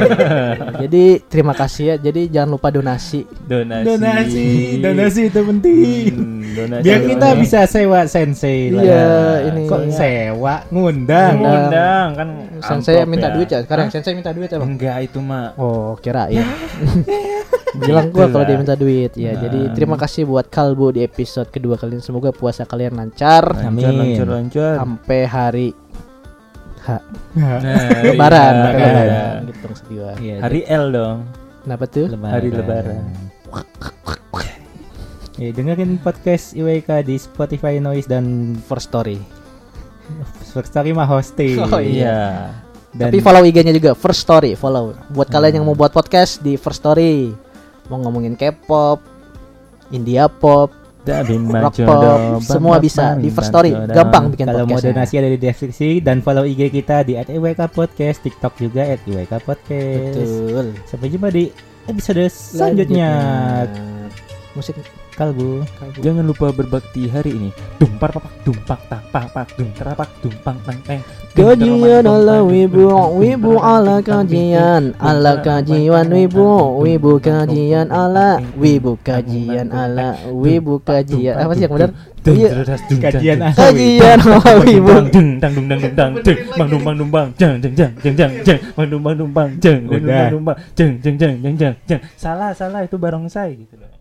Jadi terima kasih ya. Jadi jangan lupa donasi. Donasi. Donasi, donasi itu penting. Hmm, donasi. Biar kita donasi. bisa sewa sensei lah. Iya, ini. Kok Iya. sewa, ngundang. Ngundang kan. Sensei amplop minta ya. duit ya. Sekarang Hah? sensei minta duit ya, Bang. Enggak itu mah. Oh, kirain. Bilang gua Gitu kalau lah. dia minta duit ya. Nah. Jadi terima kasih buat Kalbu di episode kedua kali ini. Semoga puasa kalian lancar Amin. Lancar, lancar, lancar. sampai hari H. Nah, Lebaran, iya, lebaran. lebaran. Gitu sedih. Iya, Hari L dong. Kenapa tuh? Hari Lebaran. Ya, dengerin podcast I W K di Spotify, Noise dan First Story. First Story mah hosting. Oh, Iya. Dan Tapi follow I G-nya juga First Story, follow. Buat kalian yang mau buat podcast di First Story, mau ngomongin K-pop, India pop, rock pop, semua bisa di First Story. Gampang bikin kalau mau podcastnya. donasi ada di deskripsi dan follow I G kita di at I W K podcast, TikTok juga at I W K podcast. Betul. Sampai jumpa di episode selanjutnya. Musik Kalbu. Jangan lupa berbakti hari ini. Dumpar papak dumpak tak papak dum terapak dumpang tang teng. Kajian ala wibu, wibu ala kajian, ala kajian wibu, wibu kajian ala, wibu kajian ala, wibu kajian. Apa sih yang benar? Iya. Kajian ala Kajian ala wibu. Deng dang dung dang dung dang deng bang dum bang dum bang jeng jeng jeng jeng jeng jeng bang dum bang dum bang jeng deng dum bang dum bang jeng jeng jeng jeng jeng jeng. Salah salah itu barongsai gitu loh.